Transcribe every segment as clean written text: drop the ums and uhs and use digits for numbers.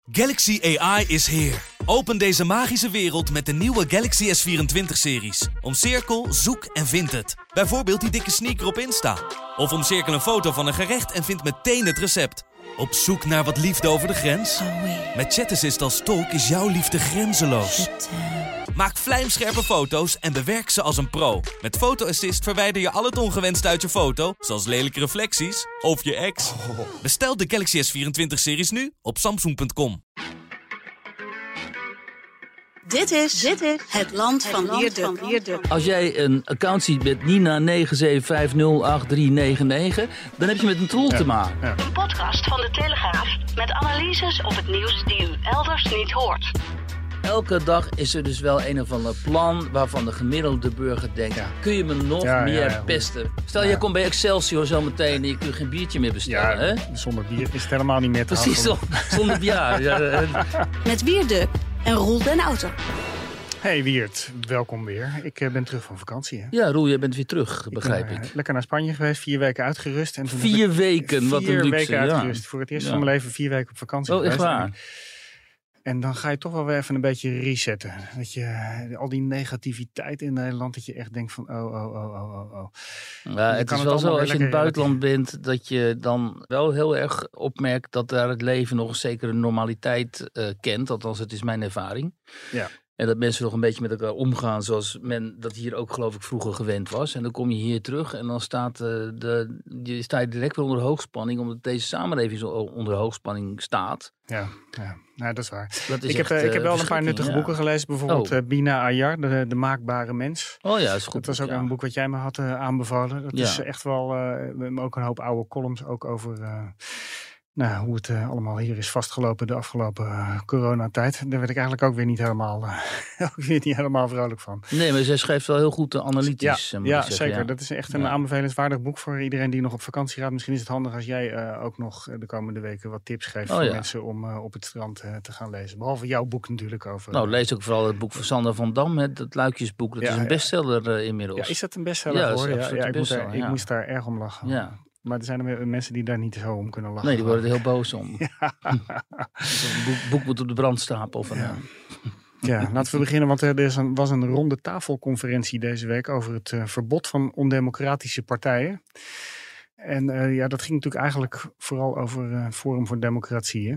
Galaxy AI is here. Open deze magische wereld met de nieuwe Galaxy S24-series. Omcirkel, zoek en vind het. Bijvoorbeeld die dikke sneaker op Insta. Of omcirkel een foto van een gerecht en vind meteen het recept. Op zoek naar wat liefde over de grens? Met ChatAssist als tolk is jouw liefde grenzeloos. Maak vlijmscherpe foto's en bewerk ze als een pro. Met Photo Assist verwijder je al het ongewenst uit je foto, zoals lelijke reflecties of je ex. Bestel de Galaxy S24-series nu op Samsung.com. Dit is het land van Wierde. Als jij een account ziet met Nina 9750839, dan heb je met een troll te maken. Ja. Een podcast van De Telegraaf met analyses op het nieuws die u elders niet hoort. Elke dag is er dus wel een of ander plan waarvan de gemiddelde burger denkt, kun je me nog meer pesten? Stel, jij komt bij Excelsior zometeen en je kunt geen biertje meer bestellen. Ja, hè? Zonder bier is het helemaal niet meer te Precies, zonder bier. Met Wierde en Roel den Outer. Hey Wiert, welkom weer. Ik ben terug van vakantie. Hè? Ja, Roel, jij bent weer terug, begrijp ik. Lekker naar Spanje geweest, 4 weken uitgerust. En toen 4 weken, wat een luxe. 4 weken uitgerust. Voor het eerst van mijn leven 4 weken op vakantie Oh, geweest. echt waar? En dan ga je toch wel weer even een beetje resetten. Dat je al die negativiteit in Nederland, dat je echt denkt van oh. Ja, het is wel zo, als je in het buitenland bent, dat je dan wel heel erg opmerkt dat daar het leven nog een zekere normaliteit kent. Althans, het is mijn ervaring. Ja. En dat mensen nog een beetje met elkaar omgaan zoals men dat hier ook geloof ik vroeger gewend was. En dan kom je hier terug en dan sta je direct weer onder hoogspanning, omdat deze samenleving zo onder hoogspanning staat. Ja, nou, dat is waar. Ik heb wel een paar nuttige boeken gelezen. Bijvoorbeeld Bina Ayar, de maakbare mens. Oh ja, dat is goed. Dat was ook een boek wat jij me had aanbevolen. Dat is echt wel ook een hoop oude columns ook over hoe het allemaal hier is vastgelopen de afgelopen coronatijd. Daar werd ik eigenlijk ook weer niet helemaal vrolijk van. Nee, maar zij schrijft wel heel goed analytisch. Ja, zeker. Ja. Dat is echt een aanbevelenswaardig boek voor iedereen die nog op vakantie gaat. Misschien is het handig als jij ook nog de komende weken wat tips geeft voor mensen om op het strand te gaan lezen. Behalve jouw boek natuurlijk over. Nou, lees ook vooral het boek van Sander van Dam, het Luikjesboek. Dat is een bestseller inmiddels. Ja, is dat een bestseller geworden? Ik moest daar erg om lachen. Ja. Maar er zijn mensen die daar niet zo om kunnen lachen. Nee, die worden er heel boos om. Een boek moet op de brandstapel. Ja, laten we beginnen, want er was een ronde tafelconferentie deze week over het verbod van ondemocratische partijen. En dat ging natuurlijk eigenlijk vooral over Forum voor Democratie, hè?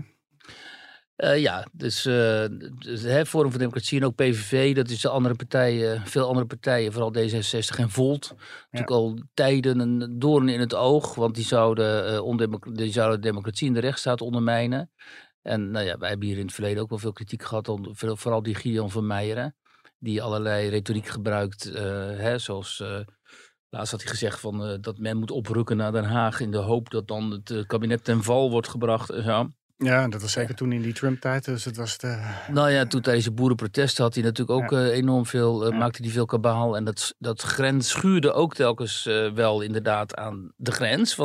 Dus Forum voor Democratie en ook PVV, dat is de andere partijen, veel andere partijen, vooral D66 en Volt. Natuurlijk al tijden een doorn in het oog, want die zouden democratie en de rechtsstaat ondermijnen. En wij hebben hier in het verleden ook wel veel kritiek gehad, vooral die Gideon van Meijeren, die allerlei retoriek gebruikt, zoals laatst had hij gezegd dat men moet oprukken naar Den Haag in de hoop dat dan het kabinet ten val wordt gebracht en zo. Ja, dat was zeker toen in die Trump-tijd. Dus het was toen tijdens de boerenprotesten had hij natuurlijk ook enorm veel, maakte hij veel kabaal. En dat grens schuurde ook telkens wel inderdaad aan de grens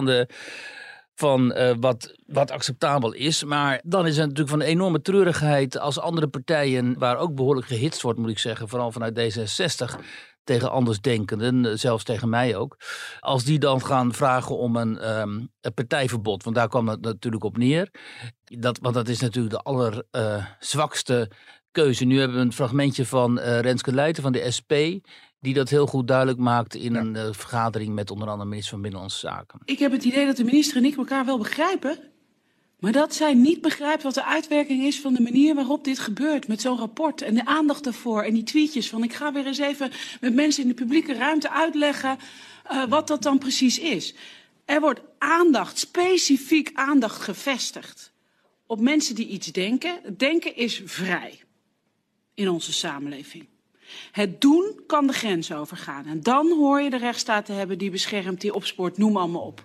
van wat acceptabel is. Maar dan is het natuurlijk van een enorme treurigheid als andere partijen, waar ook behoorlijk gehitst wordt, moet ik zeggen, vooral vanuit D66, tegen andersdenkenden, zelfs tegen mij ook. Als die dan gaan vragen om een partijverbod, want daar kwam het natuurlijk op neer. Want dat is natuurlijk de allerzwakste keuze. Nu hebben we een fragmentje van Renske Leijten van de SP, die dat heel goed duidelijk maakt in een vergadering met onder andere minister van Binnenlandse Zaken. Ik heb het idee dat de minister en ik elkaar wel begrijpen, maar dat zij niet begrijpt wat de uitwerking is van de manier waarop dit gebeurt met zo'n rapport en de aandacht daarvoor en die tweetjes van ik ga weer eens even met mensen in de publieke ruimte uitleggen wat dat dan precies is. Er wordt specifiek aandacht gevestigd op mensen die iets denken. Denken is vrij in onze samenleving. Het doen kan de grens overgaan en dan hoor je de rechtsstaat te hebben die beschermt, die opspoort, noem allemaal op.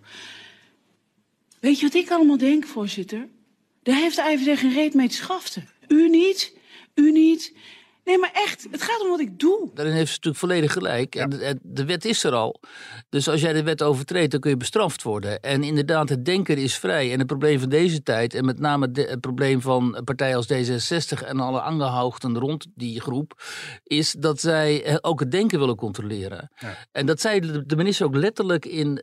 Weet je wat ik allemaal denk, voorzitter? Daar heeft de IVD geen reet mee te schaften. U niet. Nee, maar echt, het gaat om wat ik doe. Daarin heeft ze natuurlijk volledig gelijk. Ja. En de wet is er al. Dus als jij de wet overtreedt, dan kun je bestraft worden. En inderdaad, het denken is vrij. En het probleem van deze tijd, en met name het probleem van partijen als D66 en alle aangehoogden rond die groep, is dat zij ook het denken willen controleren. Ja. En dat zei de minister ook letterlijk in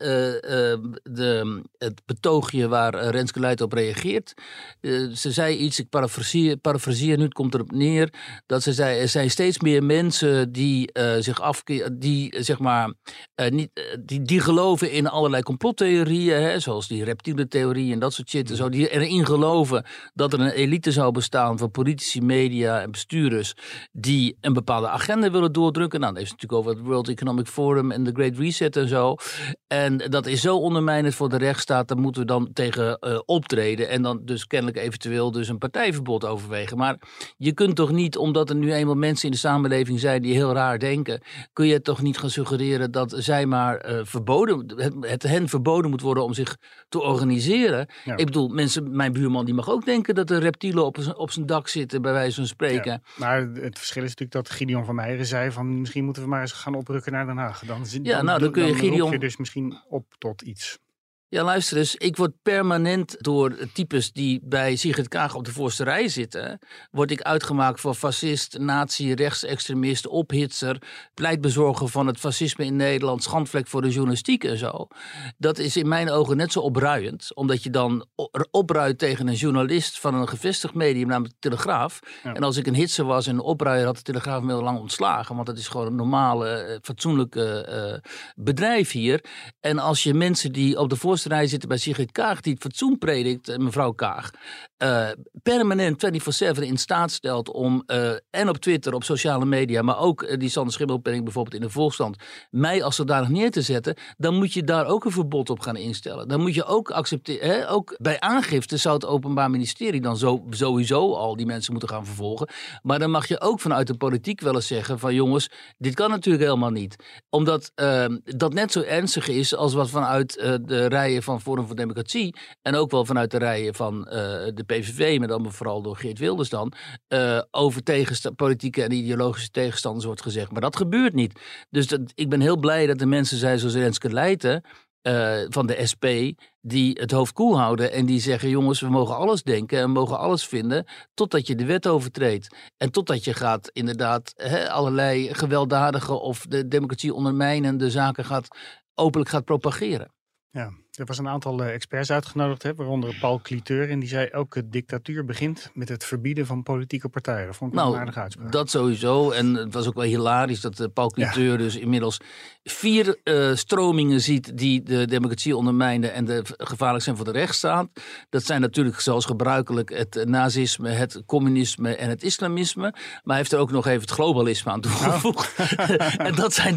het betoogje waar Renske Leijten op reageert. Ze zei iets, ik parafraseer nu, het komt erop neer, dat ze zei, er zijn steeds meer mensen die zich afkeren, die zeg maar die geloven in allerlei complottheorieën, hè, zoals die reptiele theorie en dat soort shit en zo, die erin geloven dat er een elite zou bestaan van politici, media en bestuurders die een bepaalde agenda willen doordrukken. Nou, dat heeft natuurlijk over het World Economic Forum en de Great Reset en zo. En dat is zo ondermijnend voor de rechtsstaat, daar moeten we dan tegen optreden en dan dus kennelijk eventueel dus een partijverbod overwegen. Maar je kunt toch niet, omdat er nu eenmaal mensen in de samenleving zijn die heel raar denken, kun je toch niet gaan suggereren dat zij maar het hen verboden moet worden om zich te organiseren. Ja. Ik bedoel, mijn buurman die mag ook denken dat er reptielen op zijn dak zitten, bij wijze van spreken. Ja, maar het verschil is natuurlijk dat Gideon van Meijeren zei van misschien moeten we maar eens gaan oprukken naar Den Haag. Dan kun je Gideon... roep je dus misschien op tot iets. Ja, luister eens. Ik word permanent door types die bij Sigrid Kaag op de voorste rij zitten, word ik uitgemaakt voor fascist, nazi, rechtsextremist, ophitser, pleitbezorger van het fascisme in Nederland, schandvlek voor de journalistiek en zo. Dat is in mijn ogen net zo opruiend, omdat je dan opruit tegen een journalist van een gevestigd medium, namelijk de Telegraaf. Ja. En als ik een hitser was en een opruier, had de Telegraaf me heel lang ontslagen, want dat is gewoon een normale, fatsoenlijke bedrijf hier. En als je mensen die op de voorste rij zitten bij Sigrid Kaag, die het fatsoen predikt, mevrouw Kaag, permanent 24/7 in staat stelt om, en op Twitter, op sociale media, maar ook die Sander Schimmelpenninck bijvoorbeeld in de Volkskrant, mij als zodanig neer te zetten, dan moet je daar ook een verbod op gaan instellen. Dan moet je ook accepteren, ook bij aangifte zou het Openbaar Ministerie dan sowieso al die mensen moeten gaan vervolgen. Maar dan mag je ook vanuit de politiek wel eens zeggen van jongens, dit kan natuurlijk helemaal niet. Omdat dat net zo ernstig is als wat vanuit de rijen van Forum voor Democratie en ook wel vanuit de rijen van de PVV, maar dan vooral door Geert Wilders dan, over politieke en ideologische tegenstanders wordt gezegd. Maar dat gebeurt niet. Dus ik ben heel blij dat er mensen zijn zoals Renske Leijten van de SP, die het hoofd koel houden en die zeggen, jongens, we mogen alles denken en mogen alles vinden, totdat je de wet overtreedt. En totdat je gaat inderdaad allerlei gewelddadige of de democratie ondermijnende zaken openlijk gaat propageren. Ja, er was een aantal experts uitgenodigd, waaronder Paul Cliteur. En die zei, elke dictatuur begint met het verbieden van politieke partijen. Dat vond ik een aardige uitspraak. Dat sowieso. En het was ook wel hilarisch dat Paul Cliteur dus inmiddels 4 stromingen ziet die de democratie ondermijnen en gevaarlijk zijn voor de rechtsstaat. Dat zijn natuurlijk zoals gebruikelijk het nazisme, het communisme en het islamisme. Maar hij heeft er ook nog even het globalisme aan toegevoegd. En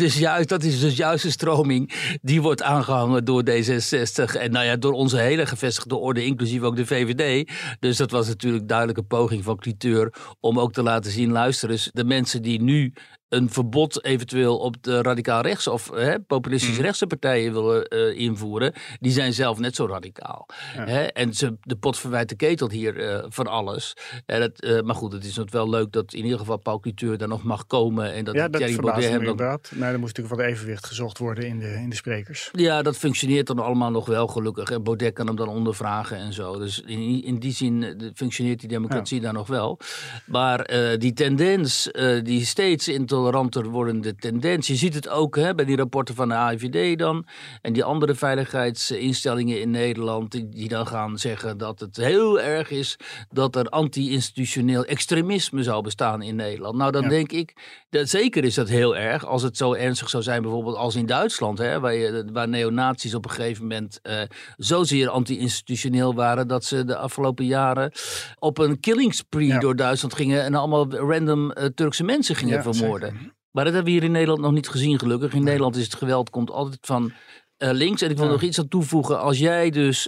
dat is dus juist de stroming die wordt aangehangen door D66. En door onze hele gevestigde orde, inclusief ook de VVD. Dus dat was natuurlijk duidelijk een poging van Cliteur om ook te laten zien, luister eens, de mensen die nu een verbod eventueel op de radicaal rechts of populistisch rechtse partijen willen invoeren, die zijn zelf net zo radicaal. Ja. En de pot verwijt de ketel hier van alles. Maar goed, het is nog wel leuk dat in ieder geval Paul Cliteur daar nog mag komen. En dat Thierry Baudet hem inderdaad. Nou, er moest natuurlijk wat evenwicht gezocht worden in de sprekers. Ja, dat functioneert dan allemaal nog wel gelukkig. En Baudet kan hem dan ondervragen en zo. Dus in die zin functioneert die democratie daar nog wel. Maar die tendens, die steeds intoleranter wordende tendens. Je ziet het ook bij die rapporten van de AIVD dan. En die andere veiligheidsinstellingen in Nederland. Die dan gaan zeggen dat het heel erg is dat er anti-institutioneel extremisme zou bestaan in Nederland. Nou, dan denk ik, zeker is dat heel erg. Als het zo ernstig zou zijn bijvoorbeeld als in Duitsland. Waar neonazies op een gegeven moment zozeer anti-institutioneel waren dat ze de afgelopen jaren op een killing spree door Duitsland gingen en allemaal random Turkse mensen gingen vermoorden. Zeker. Maar dat hebben we hier in Nederland nog niet gezien, gelukkig. In Nederland is het geweld komt altijd van links. En ik wil nog iets aan toevoegen. Als jij dus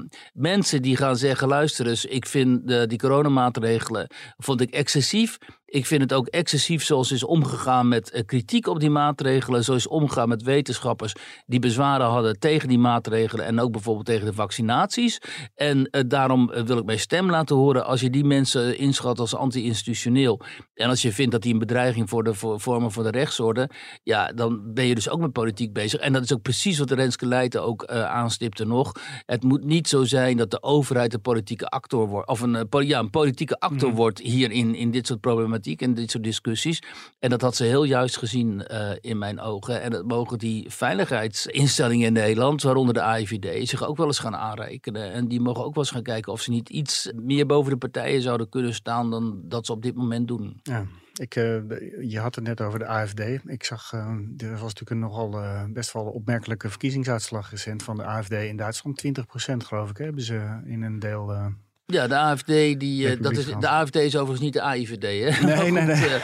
mensen die gaan zeggen, luister eens, ik vind die coronamaatregelen vond ik excessief. Ik vind het ook excessief zoals is omgegaan met kritiek op die maatregelen. Zoals is omgegaan met wetenschappers die bezwaren hadden tegen die maatregelen. En ook bijvoorbeeld tegen de vaccinaties. En daarom wil ik mijn stem laten horen. Als je die mensen inschat als anti-institutioneel. En als je vindt dat die een bedreiging vormen voor de rechtsorde. Ja, dan ben je dus ook met politiek bezig. En dat is ook precies wat de Renske Leijten ook aanstipte nog. Het moet niet zo zijn dat de overheid de politieke actor wordt. Of een politieke actor wordt hier in dit soort problematiek en dit soort discussies. En dat had ze heel juist gezien in mijn ogen. En dat mogen die veiligheidsinstellingen in Nederland, waaronder de AIVD, zich ook wel eens gaan aanrekenen. En die mogen ook wel eens gaan kijken of ze niet iets meer boven de partijen zouden kunnen staan dan dat ze op dit moment doen. Ja. Je had het net over de AFD. Ik zag, er was natuurlijk een nogal best wel opmerkelijke verkiezingsuitslag recent van de AFD in Duitsland. 20% geloof ik hebben ze in een deel... Ja, de AFD, de AFD is overigens niet de AIVD. Hè? Nee.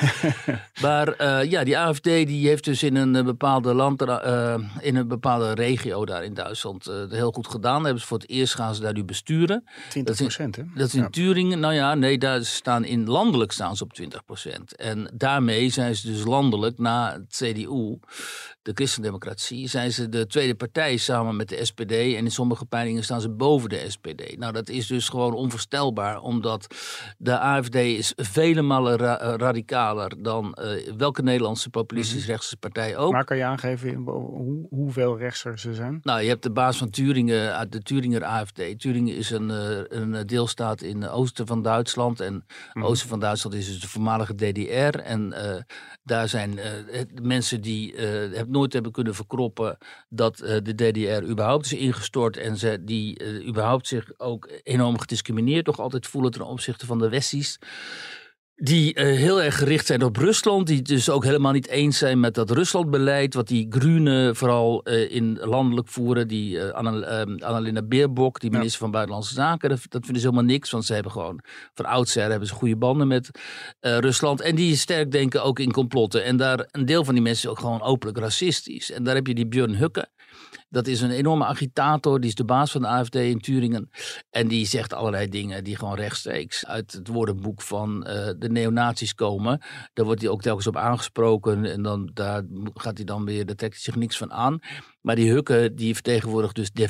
Maar die AFD die heeft dus in een bepaalde land, in een bepaalde regio daar in Duitsland heel goed gedaan. Hebben ze voor het eerst gaan ze daar nu besturen. 20%, hè? Dat is in Turingen. Daar landelijk staan ze op 20%. En daarmee zijn ze dus landelijk na het CDU, de Christendemocratie, zijn ze de tweede partij samen met de SPD. En in sommige peilingen staan ze boven de SPD. Nou, dat is dus gewoon onvoorstelbaar, omdat de AFD is vele malen radicaler dan welke Nederlandse populistisch-rechtse partij ook. Maar kan je aangeven hoeveel rechtser ze zijn? Nou, je hebt de baas van Turingen, uit de Turinger AFD. Turingen is een deelstaat in het oosten van Duitsland. En het oosten van Duitsland is dus de voormalige DDR. En daar zijn mensen die het nooit hebben kunnen verkroppen dat de DDR überhaupt is ingestort. En ze die überhaupt zich ook enorm gediscrimineerd toch altijd voelen ten opzichte van de Westies. Die heel erg gericht zijn op Rusland. Die dus ook helemaal niet eens zijn met dat Ruslandbeleid. Wat die Groenen vooral in landelijk voeren. Die Annalena Baerbock, die minister van Buitenlandse Zaken. Dat vinden ze helemaal niks. Want ze hebben gewoon van oudsher hebben ze goede banden met Rusland. En die sterk denken ook in complotten. En daar een deel van die mensen is ook gewoon openlijk racistisch. En daar heb je die Björn Hukke. Dat is een enorme agitator. Die is de baas van de AFD in Turingen. En die zegt allerlei dingen die gewoon rechtstreeks uit het woordenboek van de neonazies komen. Daar wordt hij ook telkens op aangesproken. En daar trekt hij zich niks van aan. Maar die Hukke, die vertegenwoordigt dus de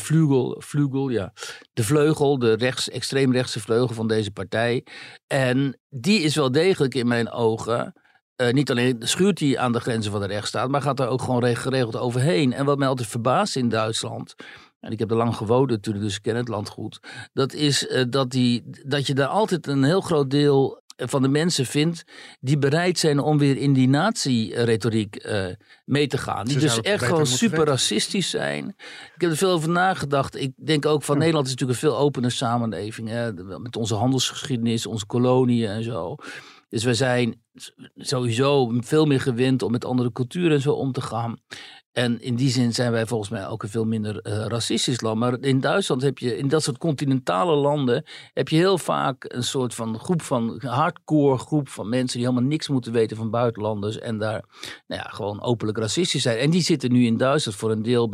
vleugel, de extreemrechtse vleugel van deze partij. En die is wel degelijk in mijn ogen. Niet alleen schuurt hij aan de grenzen van de rechtsstaat, maar gaat er ook gewoon geregeld overheen. En wat mij altijd verbaast in Duitsland, en ik heb er lang gewoond natuurlijk, dus ik ken het land goed, dat is dat je daar altijd een heel groot deel van de mensen vindt die bereid zijn om weer in die nazi-retoriek mee te gaan. Die dus echt gewoon super racistisch zijn. Ik heb er veel over nagedacht. Ik denk ook van Nederland is natuurlijk een veel opener samenleving. Hè? Met onze handelsgeschiedenis, onze koloniën en zo. Dus we zijn sowieso veel meer gewend om met andere culturen en zo om te gaan. En in die zin zijn wij volgens mij ook een veel minder racistisch land. Maar in Duitsland heb je, in dat soort continentale landen, heb je heel vaak een soort van hardcore groep van mensen die helemaal niks moeten weten van buitenlanders. En daar gewoon openlijk racistisch zijn. En die zitten nu in Duitsland voor een deel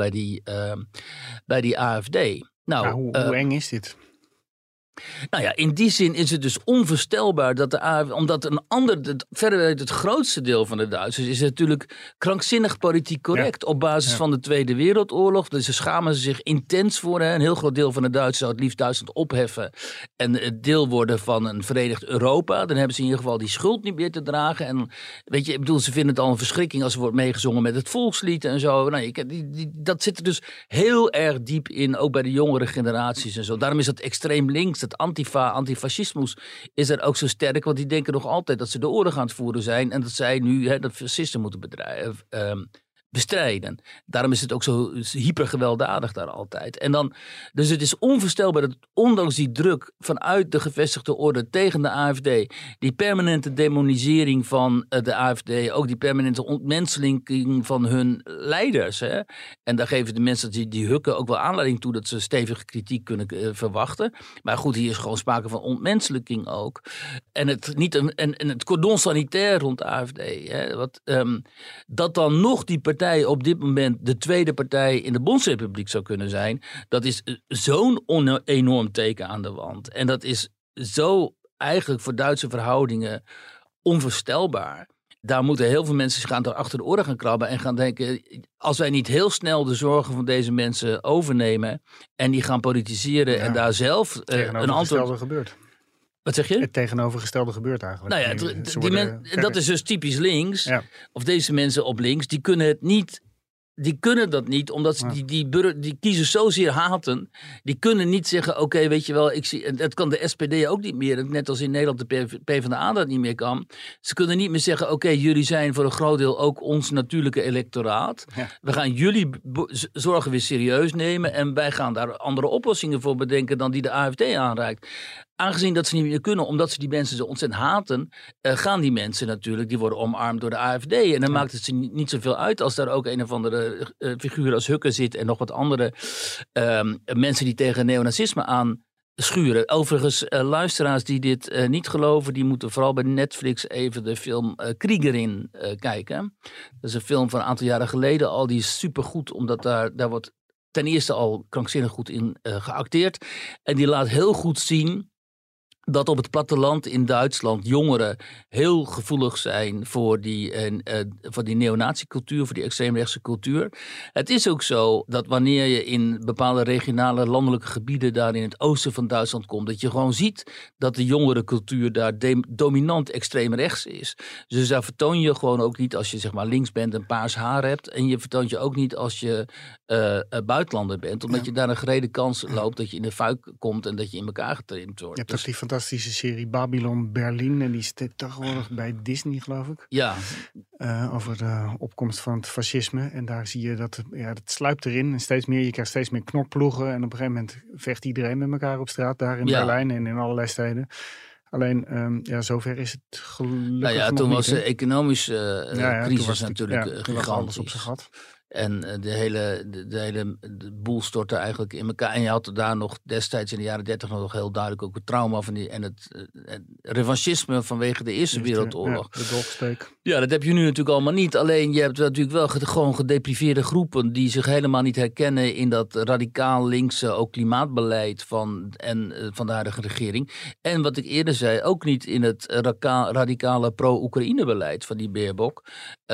bij die AFD. Nou, hoe eng is dit? Nou ja, in die zin is het dus onvoorstelbaar dat omdat verreweg het grootste deel van de Duitsers is natuurlijk krankzinnig politiek correct op basis van de Tweede Wereldoorlog. Dus ze schamen zich intens voor. Hè. Een heel groot deel van de Duitsers zou het liefst Duitsland opheffen en het deel worden van een verenigd Europa. Dan hebben ze in ieder geval die schuld niet meer te dragen. En weet je, ik bedoel, ze vinden het al een verschrikking als er wordt meegezongen met het volkslied en zo. Nou, dat zit er dus heel erg diep in, ook bij de jongere generaties en zo. Daarom is dat extreem links. Dat antifascismus is er ook zo sterk, want die denken nog altijd dat ze de oorlog aan het voeren zijn en dat zij nu dat fascisten moeten bestrijden. Daarom is het ook zo hypergewelddadig daar altijd. En dan, dus het is onvoorstelbaar dat ondanks die druk vanuit de gevestigde orde tegen de AFD, die permanente demonisering van de AFD, ook die permanente ontmenselijking van hun leiders. Hè? En daar geven de mensen die Hukke ook wel aanleiding toe dat ze stevige kritiek kunnen verwachten. Maar goed, hier is gewoon sprake van ontmenselijking ook. En het cordon sanitair rond de AFD. Hè? Dat dan nog die partij op dit moment de tweede partij in de Bondsrepubliek zou kunnen zijn, dat is zo'n enorm teken aan de wand. En dat is zo eigenlijk voor Duitse verhoudingen onvoorstelbaar. Daar moeten heel veel mensen gaan er achter de oren gaan krabben en gaan denken, als wij niet heel snel de zorgen van deze mensen overnemen en die gaan politiseren en daar zelf een antwoord gebeurt. Wat zeg je? Het tegenovergestelde gebeurt eigenlijk. Nou ja, dat is dus typisch links. Ja. Of deze mensen op links, die kunnen het niet. Die kunnen dat niet, omdat ze die kiezers zozeer haten. Die kunnen niet zeggen, oké, weet je wel, dat kan de SPD ook niet meer. Net als in Nederland de PvdA dat niet meer kan. Ze kunnen niet meer zeggen, oké, jullie zijn voor een groot deel ook ons natuurlijke electoraat. Ja. We gaan jullie zorgen weer serieus nemen. En wij gaan daar andere oplossingen voor bedenken dan die de AfD aanreikt. Aangezien dat ze niet meer kunnen, omdat ze die mensen zo ontzettend haten, gaan die mensen natuurlijk, die worden omarmd door de AfD. En dan maakt het ze niet zoveel uit als daar ook een of andere figuur als Hukke zit en nog wat andere mensen die tegen neonazisme aanschuren. Overigens, luisteraars die dit niet geloven, die moeten vooral bij Netflix even de film Kriegerin kijken. Dat is een film van een aantal jaren geleden al, die is supergoed, omdat daar wordt ten eerste al krankzinnig goed in geacteerd. En die laat heel goed zien dat op het platteland in Duitsland jongeren heel gevoelig zijn voor die neonazi-cultuur, voor die extreemrechtse cultuur. Het is ook zo dat wanneer je in bepaalde regionale landelijke gebieden daar in het oosten van Duitsland komt, dat je gewoon ziet dat de jongerencultuur daar dominant extreemrechts is. Dus daar vertoon je gewoon ook niet als je zeg maar links bent en paars haar hebt. En je vertoont je ook niet als je buitenlander bent, omdat je daar een gerede kans loopt dat je in de fuik komt en dat je in elkaar getraind wordt. Je hebt ook die fantastische serie Babylon Berlin. En die is tegenwoordig bij Disney, geloof ik. Ja. Over de opkomst van het fascisme. En daar zie je dat het sluipt erin. En steeds meer, je krijgt steeds meer knokploegen. En op een gegeven moment vecht iedereen met elkaar op straat. Daar in Berlijn en in allerlei steden. Alleen, zover is het gelukkig nog toen niet, was de economische crisis natuurlijk gigantisch. Alles op zijn gat. En de hele boel stortte eigenlijk in elkaar. En je had daar nog destijds in de jaren 30 nog heel duidelijk ook het trauma van het revanchisme vanwege de Eerste Wereldoorlog. Ja, de dolksteek. Ja, dat heb je nu natuurlijk allemaal niet. Alleen je hebt natuurlijk wel gewoon gedepriveerde groepen die zich helemaal niet herkennen in dat radicaal linkse ook klimaatbeleid van de huidige regering. En wat ik eerder zei, ook niet in het radicale pro-Oekraïne beleid van die Baerbock.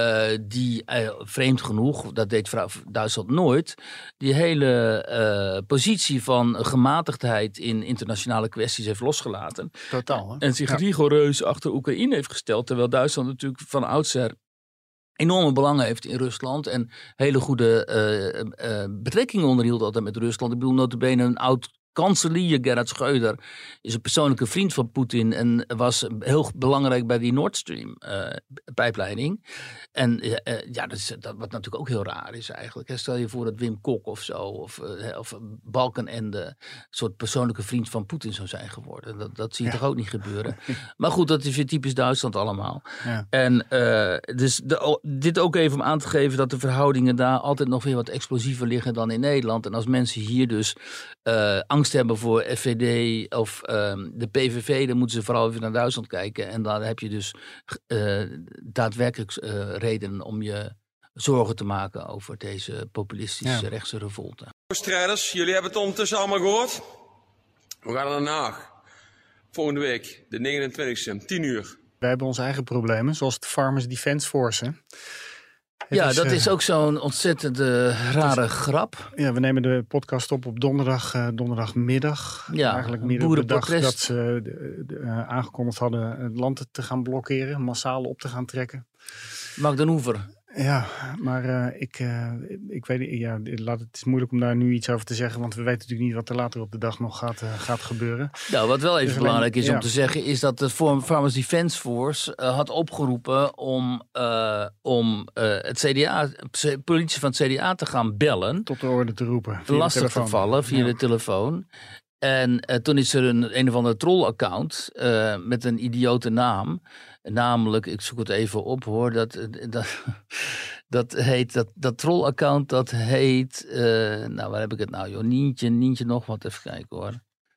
Die vreemd genoeg, dat deed Duitsland nooit, die hele positie van gematigdheid in internationale kwesties heeft losgelaten. Totaal, hè? En zich rigoureus achter Oekraïne heeft gesteld, terwijl Duitsland natuurlijk van oudsher enorme belangen heeft in Rusland en hele goede betrekkingen onderhield altijd met Rusland. Ik bedoel, nota bene een oud kanselier Gerhard Schröder is een persoonlijke vriend van Poetin en was heel belangrijk bij die Nord Stream pijpleiding. En dat wat natuurlijk ook heel raar is eigenlijk. Stel je voor dat Wim Kok of zo, of Balkenende een soort persoonlijke vriend van Poetin zou zijn geworden. Dat zie je toch ook niet gebeuren. Maar goed, dat is weer typisch Duitsland allemaal. Ja. En dus dit ook even om aan te geven dat de verhoudingen daar altijd nog weer wat explosiever liggen dan in Nederland. En als mensen hier dus angst hebben voor FVD of de PVV, dan moeten ze vooral even naar Duitsland kijken. En dan heb je dus daadwerkelijk reden om je zorgen te maken over deze populistische rechtse revolte. Strijders, jullie hebben het ondertussen allemaal gehoord. We gaan naar Den Haag. Volgende week, de 29e, 10 uur. Wij hebben onze eigen problemen, zoals het Farmers Defence Force. Dat is ook zo'n ontzettend rare grap. Ja, we nemen de podcast op donderdagmiddag. Ja, eigenlijk midden op de dag dat ze aangekondigd hadden het land te gaan blokkeren, massaal op te gaan trekken. Mark den Hoever. Ja, maar ik weet niet. Het is moeilijk om daar nu iets over te zeggen, want we weten natuurlijk niet wat er later op de dag nog gaat gebeuren. Nou, wat wel even belangrijk is om te zeggen, is dat de Farmers Defence Force had opgeroepen om het CDA, de politie van het CDA te gaan bellen. Tot de orde te roepen. Lastig te vallen via de telefoon. En toen is er een of ander troll-account met een idiote naam. Namelijk, ik zoek het even op hoor, dat troll-account dat heet, waar heb ik het nou joh, Nientje nog wat, even kijken hoor.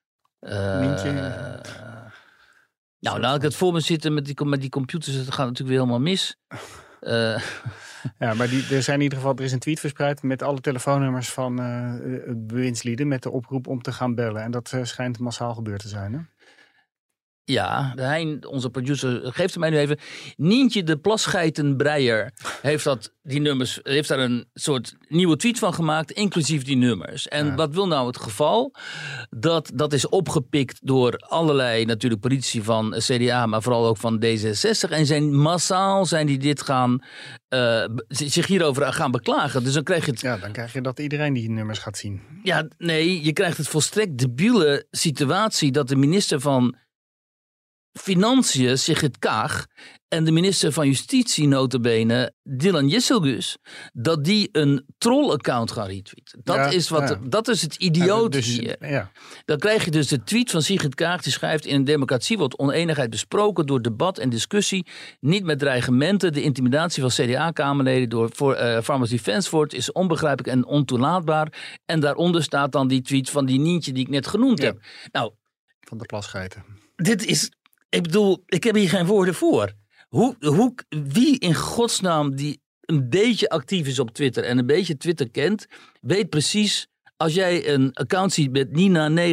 Nou, laat ik het voor me zitten met die computers, het gaat natuurlijk weer helemaal mis. Ja, maar er zijn in ieder geval, er is een tweet verspreid met alle telefoonnummers van bewindslieden met de oproep om te gaan bellen. En dat schijnt massaal gebeurd te zijn, hè? Ja, Hein, onze producer, geeft mij nu even. Nientje de Plasgeitenbreier heeft daar een soort nieuwe tweet van gemaakt, inclusief die nummers. En wat wil nou het geval? Dat is opgepikt door allerlei natuurlijk politici van CDA, maar vooral ook van D66. En massaal zijn die dit zich hierover gaan beklagen. Dus dan krijg je het... Ja, dan krijg je dat iedereen die nummers gaat zien. Ja, nee, je krijgt het volstrekt debiele situatie dat de minister van Financiën, Sigrid Kaag, en de minister van Justitie, nota bene, Dylan Jesselgus, dat die een troll-account gaan retweeten. Dat is het idioot hier. Ja. Dan krijg je dus de tweet van Sigrid Kaag, die schrijft: in een democratie wordt oneenigheid besproken door debat en discussie, niet met dreigementen. De intimidatie van CDA-kamerleden door Farmers Defence Force is onbegrijpelijk en ontoelaatbaar. En daaronder staat dan die tweet van die Nientje die ik net genoemd heb. Nou, van de Plasgeiten. Dit is... Ik bedoel, ik heb hier geen woorden voor. Wie in godsnaam die een beetje actief is op Twitter en een beetje Twitter kent, weet precies, als jij een account ziet met Nina 975083399,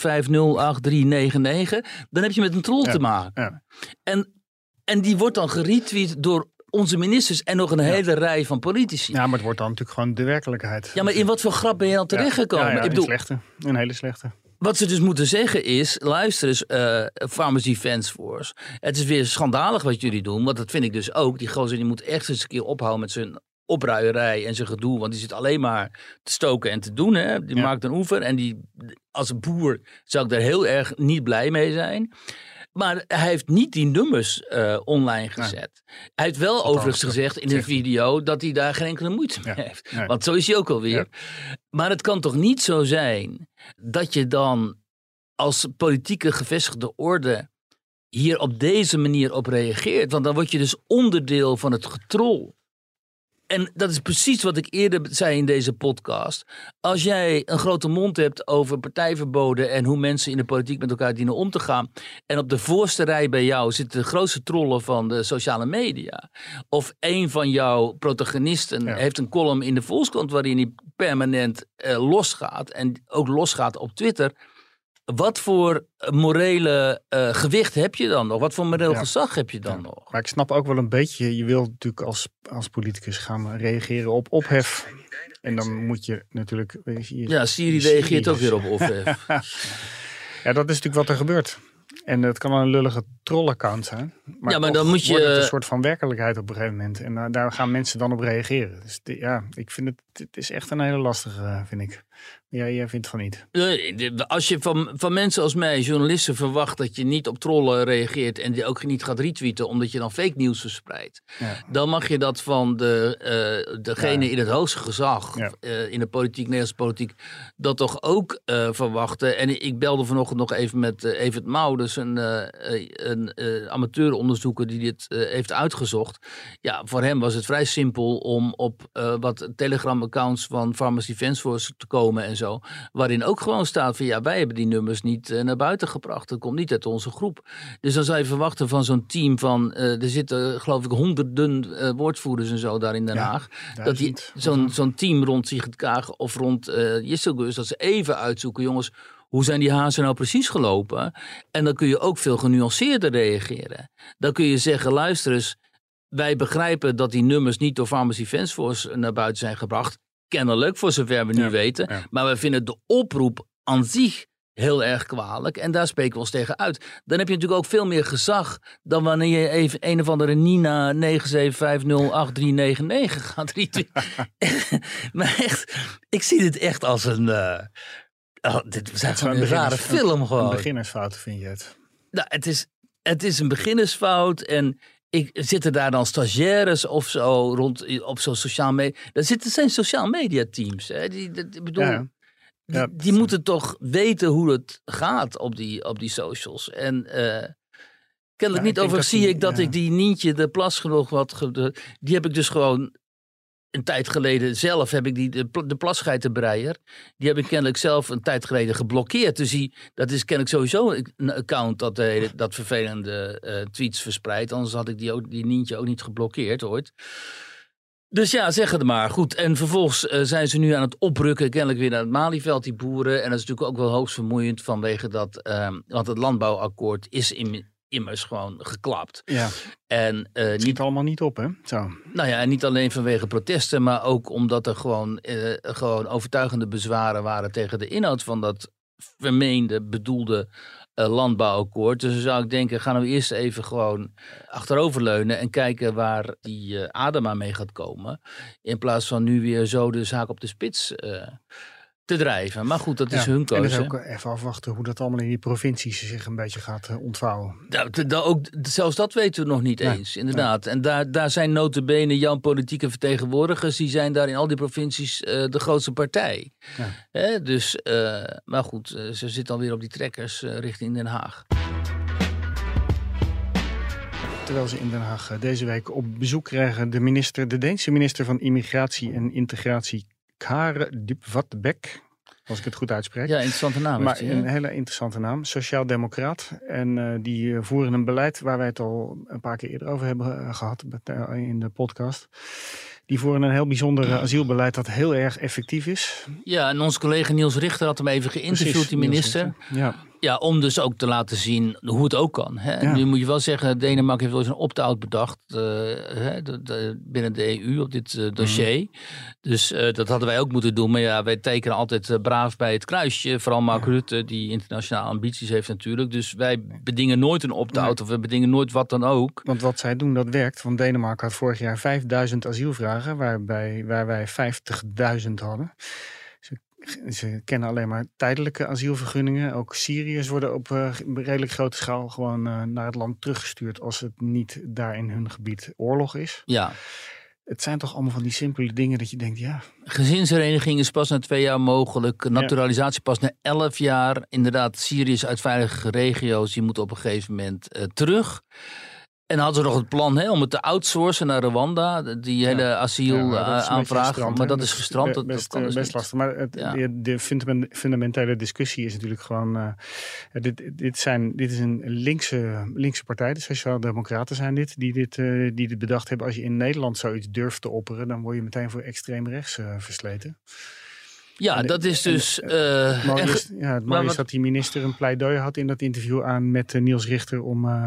dan heb je met een troll te maken. Ja. En die wordt dan geretweet door onze ministers en nog een hele rij van politici. Ja, maar het wordt dan natuurlijk gewoon de werkelijkheid. Ja, maar in wat voor grap ben je dan terechtgekomen? Ja, een hele slechte. Wat ze dus moeten zeggen is, luister eens, Farmers Defence Force. Het is weer schandalig wat jullie doen, want dat vind ik dus ook. Die gozer die moet echt eens een keer ophouden met zijn opruierij en zijn gedoe, want die zit alleen maar te stoken en te doen. Hè? Die maakt een oever en als een boer zou ik daar heel erg niet blij mee zijn. Maar hij heeft niet die nummers online gezet. Nee. Hij heeft wel overigens gezegd in een video dat hij daar geen enkele moeite mee heeft. Nee. Want zo is hij ook alweer. Ja. Maar het kan toch niet zo zijn dat je dan als politieke gevestigde orde hier op deze manier op reageert. Want dan word je dus onderdeel van het getrol. En dat is precies wat ik eerder zei in deze podcast. Als jij een grote mond hebt over partijverboden en hoe mensen in de politiek met elkaar dienen om te gaan, en op de voorste rij bij jou zitten de grootste trollen van de sociale media, of een van jouw protagonisten heeft een column in de Volkskrant waarin hij permanent losgaat en ook losgaat op Twitter. Wat voor morele gewicht heb je dan nog? Wat voor moreel gezag heb je dan nog? Maar ik snap ook wel een beetje, je wil natuurlijk als politicus gaan reageren op ophef. En dan moet je natuurlijk... Siri reageert ook weer op ophef. Ja, dat is natuurlijk wat er gebeurt. En het kan wel een lullige trollaccount zijn. Maar dan moet je... wordt het een soort van werkelijkheid op een gegeven moment. En daar gaan mensen dan op reageren. Dus ik vind het is echt een hele lastige, vind ik. Jij vindt van niet. Als je van mensen als mij, journalisten, verwacht dat je niet op trollen reageert en die ook niet gaat retweeten omdat je dan fake nieuws verspreidt, dan mag je dat van degene in het hoogste gezag, in de politiek, Nederlandse politiek, dat toch ook verwachten. En ik belde vanochtend nog even met Evert Mouw, dus een amateuronderzoeker die dit heeft uitgezocht. Ja, voor hem was het vrij simpel om op wat Telegram-accounts van Farmers Defence Force te komen en zo, waarin ook gewoon staat van wij hebben die nummers niet naar buiten gebracht. Dat komt niet uit onze groep. Dus dan zou je verwachten van zo'n team van, er zitten geloof ik honderden woordvoerders en zo daar in Den Haag, dat die zo'n team rond Sigrid Kaag of rond Jesselgus, dat ze even uitzoeken, jongens, hoe zijn die hazen nou precies gelopen? En dan kun je ook veel genuanceerder reageren. Dan kun je zeggen, luister eens, wij begrijpen dat die nummers niet door Farmers Defence Force naar buiten zijn gebracht. Kennelijk, voor zover we nu weten. Ja. Maar we vinden de oproep aan zich heel erg kwalijk. En daar spreken we ons tegen uit. Dan heb je natuurlijk ook veel meer gezag dan wanneer je even een of andere Nina 975083399 gaat retweeten. Maar echt, ik zie dit echt als een... dit is een rare film gewoon. Een beginnersfout vind je het? Nou, het is een beginnersfout en... Zitten daar dan stagiaires of zo rond op zo'n sociaal media? Dat zijn sociaal media teams. Hè? Die moeten toch weten hoe het gaat op die socials. En kennelijk niet over zie ik dat ik die Nientje de Plas genoeg die heb ik dus gewoon een tijd geleden zelf heb ik de Plasgeitenbreier. Die heb ik kennelijk zelf een tijd geleden geblokkeerd. Dus dat is kennelijk sowieso een account dat vervelende tweets verspreidt. Anders had ik die Nientje ook niet geblokkeerd ooit. Dus ja, zeg het maar. Goed, en vervolgens zijn ze nu aan het oprukken, kennelijk weer naar het Malieveld, die boeren. En dat is natuurlijk ook wel hoogst vermoeiend vanwege dat, want het landbouwakkoord is immers gewoon geklapt. Ja. En Het schiet allemaal niet op, hè? Zo. Nou ja, en niet alleen vanwege protesten, maar ook omdat er gewoon overtuigende bezwaren waren tegen de inhoud van dat vermeende bedoelde landbouwakkoord. Dus dan zou ik denken, gaan we eerst even gewoon achteroverleunen en kijken waar die Adema mee gaat komen. In plaats van nu weer zo de zaak op de spits te drijven. Maar goed, dat is hun keuze. En dus ook even afwachten hoe dat allemaal in die provincies zich een beetje gaat ontvouwen. Zelfs dat weten we nog niet eens, inderdaad. Nee. En daar zijn nota bene jouw politieke vertegenwoordigers, die zijn daar in al die provincies de grootste partij. Ja. Dus, maar goed, ze zitten alweer op die trekkers richting Den Haag. Terwijl ze in Den Haag deze week op bezoek krijgen de Deense minister van Immigratie en Integratie, Kare Dybwad-Bek, als ik het goed uitspreek. Ja, interessante naam. Maar een hele interessante naam. Sociaal-democraat. En die voeren een beleid waar wij het al een paar keer eerder over hebben gehad in de podcast. Die voeren een heel bijzonder asielbeleid dat heel erg effectief is. Ja, en onze collega Niels Richter had hem even geïnterviewd, precies, die minister. Ja, om dus ook te laten zien hoe het ook kan. Hè? Ja. Nu moet je wel zeggen, Denemarken heeft wel eens een opt-out bedacht binnen de EU op dit dossier. Dus dat hadden wij ook moeten doen. Maar ja, wij tekenen altijd braaf bij het kruisje. Vooral Mark Rutte, die internationale ambities heeft natuurlijk. Dus wij bedingen nooit een opt-out of we bedingen nooit wat dan ook. Want wat zij doen, dat werkt. Want Denemarken had vorig jaar 5000 asielvragen, waar wij 50.000 hadden. Ze kennen alleen maar tijdelijke asielvergunningen. Ook Syriërs worden op redelijk grote schaal gewoon naar het land teruggestuurd als het niet daar in hun gebied oorlog is. Ja. Het zijn toch allemaal van die simpele dingen dat je denkt, ja. Gezinshereniging is pas na 2 jaar mogelijk. Naturalisatie pas na 11 jaar. Inderdaad, Syriërs uit veilige regio's, die moeten op een gegeven moment terug. En hadden ze nog het plan om het te outsourcen naar Rwanda, die hele asielaanvraag. Maar dat is gestrand. Best lastig. Maar de fundamentele discussie is natuurlijk gewoon, dit is een linkse partij, de Sociaal-Democraten zijn die dit bedacht hebben. Als je in Nederland zoiets durft te opperen, dan word je meteen voor extreem rechts versleten. Ja, dat is dus... het mooie is dat die minister een pleidooi had in dat interview aan met Niels Richter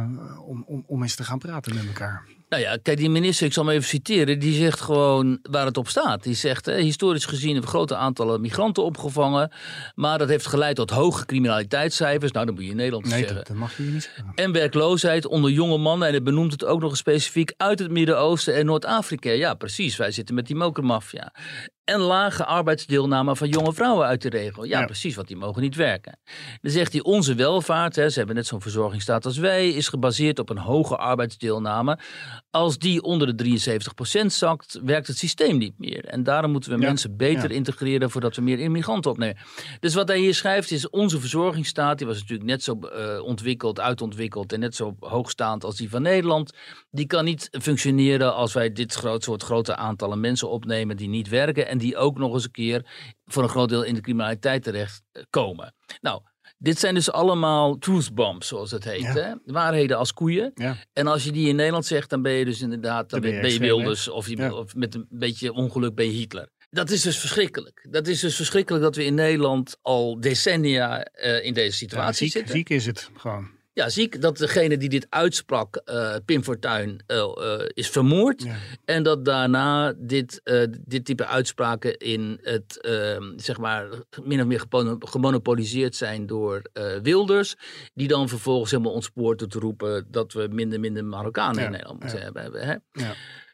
om eens te gaan praten met elkaar. Nou ja, kijk, die minister, ik zal hem even citeren, die zegt gewoon waar het op staat. Die zegt, historisch gezien hebben we grote aantallen migranten opgevangen, maar dat heeft geleid tot hoge criminaliteitscijfers. Nou, dat moet je in Nederland zeggen. Dat mag je niet zeggen. En werkloosheid onder jonge mannen, en hij benoemt het ook nog eens specifiek, uit het Midden-Oosten en Noord-Afrika. Ja, precies, wij zitten met die mokermafia. En lage arbeidsdeelname van jonge vrouwen uit de regio. Ja, precies, want die mogen niet werken. Dan zegt hij, onze welvaart, ze hebben net zo'n verzorgingsstaat als wij, is gebaseerd op een hoge arbeidsdeelname. Als die onder de 73% zakt, werkt het systeem niet meer. En daarom moeten we mensen beter integreren voordat we meer immigranten opnemen. Dus wat hij hier schrijft is, onze verzorgingsstaat, die was natuurlijk net zo uitontwikkeld en net zo hoogstaand als die van Nederland. Die kan niet functioneren als wij dit soort grote aantallen mensen opnemen die niet werken en die ook nog eens een keer voor een groot deel in de criminaliteit terechtkomen. Nou, dit zijn dus allemaal truth bombs, zoals het heet. Hè? Waarheden als koeien. Ja. En als je die in Nederland zegt, dan ben je dus inderdaad, dan ben je Wilders of met een beetje ongeluk ben je Hitler. Dat is dus verschrikkelijk. Dat is dus verschrikkelijk dat we in Nederland al decennia in deze situatie zitten. Ziek is het gewoon. Ja, ziek dat degene die dit uitsprak, Pim Fortuyn, is vermoord. Ja. En dat daarna dit type uitspraken in het, zeg maar, min of meer gemonopoliseerd zijn door Wilders. Die dan vervolgens helemaal ontspoord door te roepen dat we minder Marokkanen in Nederland moeten hebben. Hè? Ja.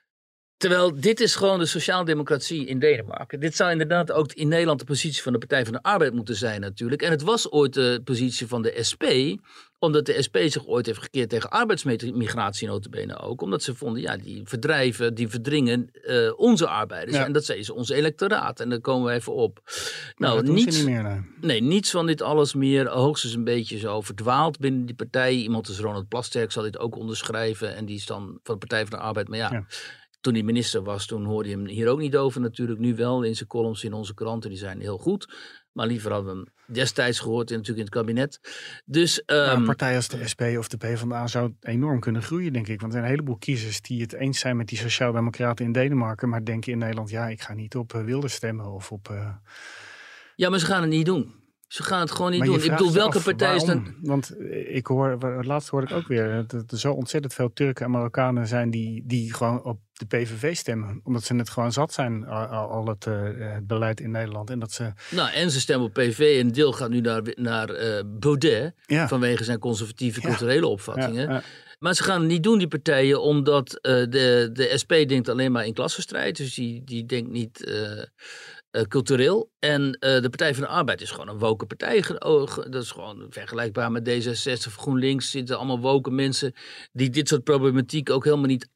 Terwijl dit is gewoon de sociaaldemocratie in Denemarken. Dit zou inderdaad ook in Nederland de positie van de Partij van de Arbeid moeten zijn natuurlijk. En het was ooit de positie van de SP, omdat de SP zich ooit heeft gekeerd tegen arbeidsmigratie notabene ook. Omdat ze vonden, die verdrijven, die verdringen onze arbeiders. Ja. En dat zei ze, ons electoraat. En daar komen we even op. Nou, dat niets, niet meer, nee, niets van dit alles meer. Hoogstens een beetje zo verdwaald binnen die partij. Iemand als Ronald Plasterk zal dit ook onderschrijven. En die is dan van de Partij van de Arbeid. Maar Toen hij minister was, toen hoorde je hem hier ook niet over natuurlijk. Nu wel in zijn columns in onze kranten, die zijn heel goed. Maar liever hadden we hem destijds gehoord natuurlijk in het kabinet. Dus, een partij als de SP of de PvdA zou enorm kunnen groeien, denk ik. Want er zijn een heleboel kiezers die het eens zijn met die sociaaldemocraten in Denemarken, maar denken in Nederland, ik ga niet op Wilders stemmen of op... Ja, maar ze gaan het niet doen. Ze gaan het gewoon niet doen. Ik bedoel, welke partij is dan... Want laatst hoorde ik ook weer dat er zo ontzettend veel Turken en Marokkanen zijn die gewoon op de PVV stemmen. Omdat ze het gewoon zat zijn, al het beleid in Nederland. En dat ze... Nou, en ze stemmen op PVV en een deel gaat nu naar Baudet. Ja. Vanwege zijn conservatieve culturele opvattingen. Ja. Maar ze gaan het niet doen, die partijen, omdat de SP denkt alleen maar in klassenstrijd. Dus die denkt niet... cultureel. En de Partij van de Arbeid is gewoon een woke partij. Dat is gewoon vergelijkbaar met D66 of GroenLinks. Zitten allemaal woke mensen die dit soort problematiek ook helemaal niet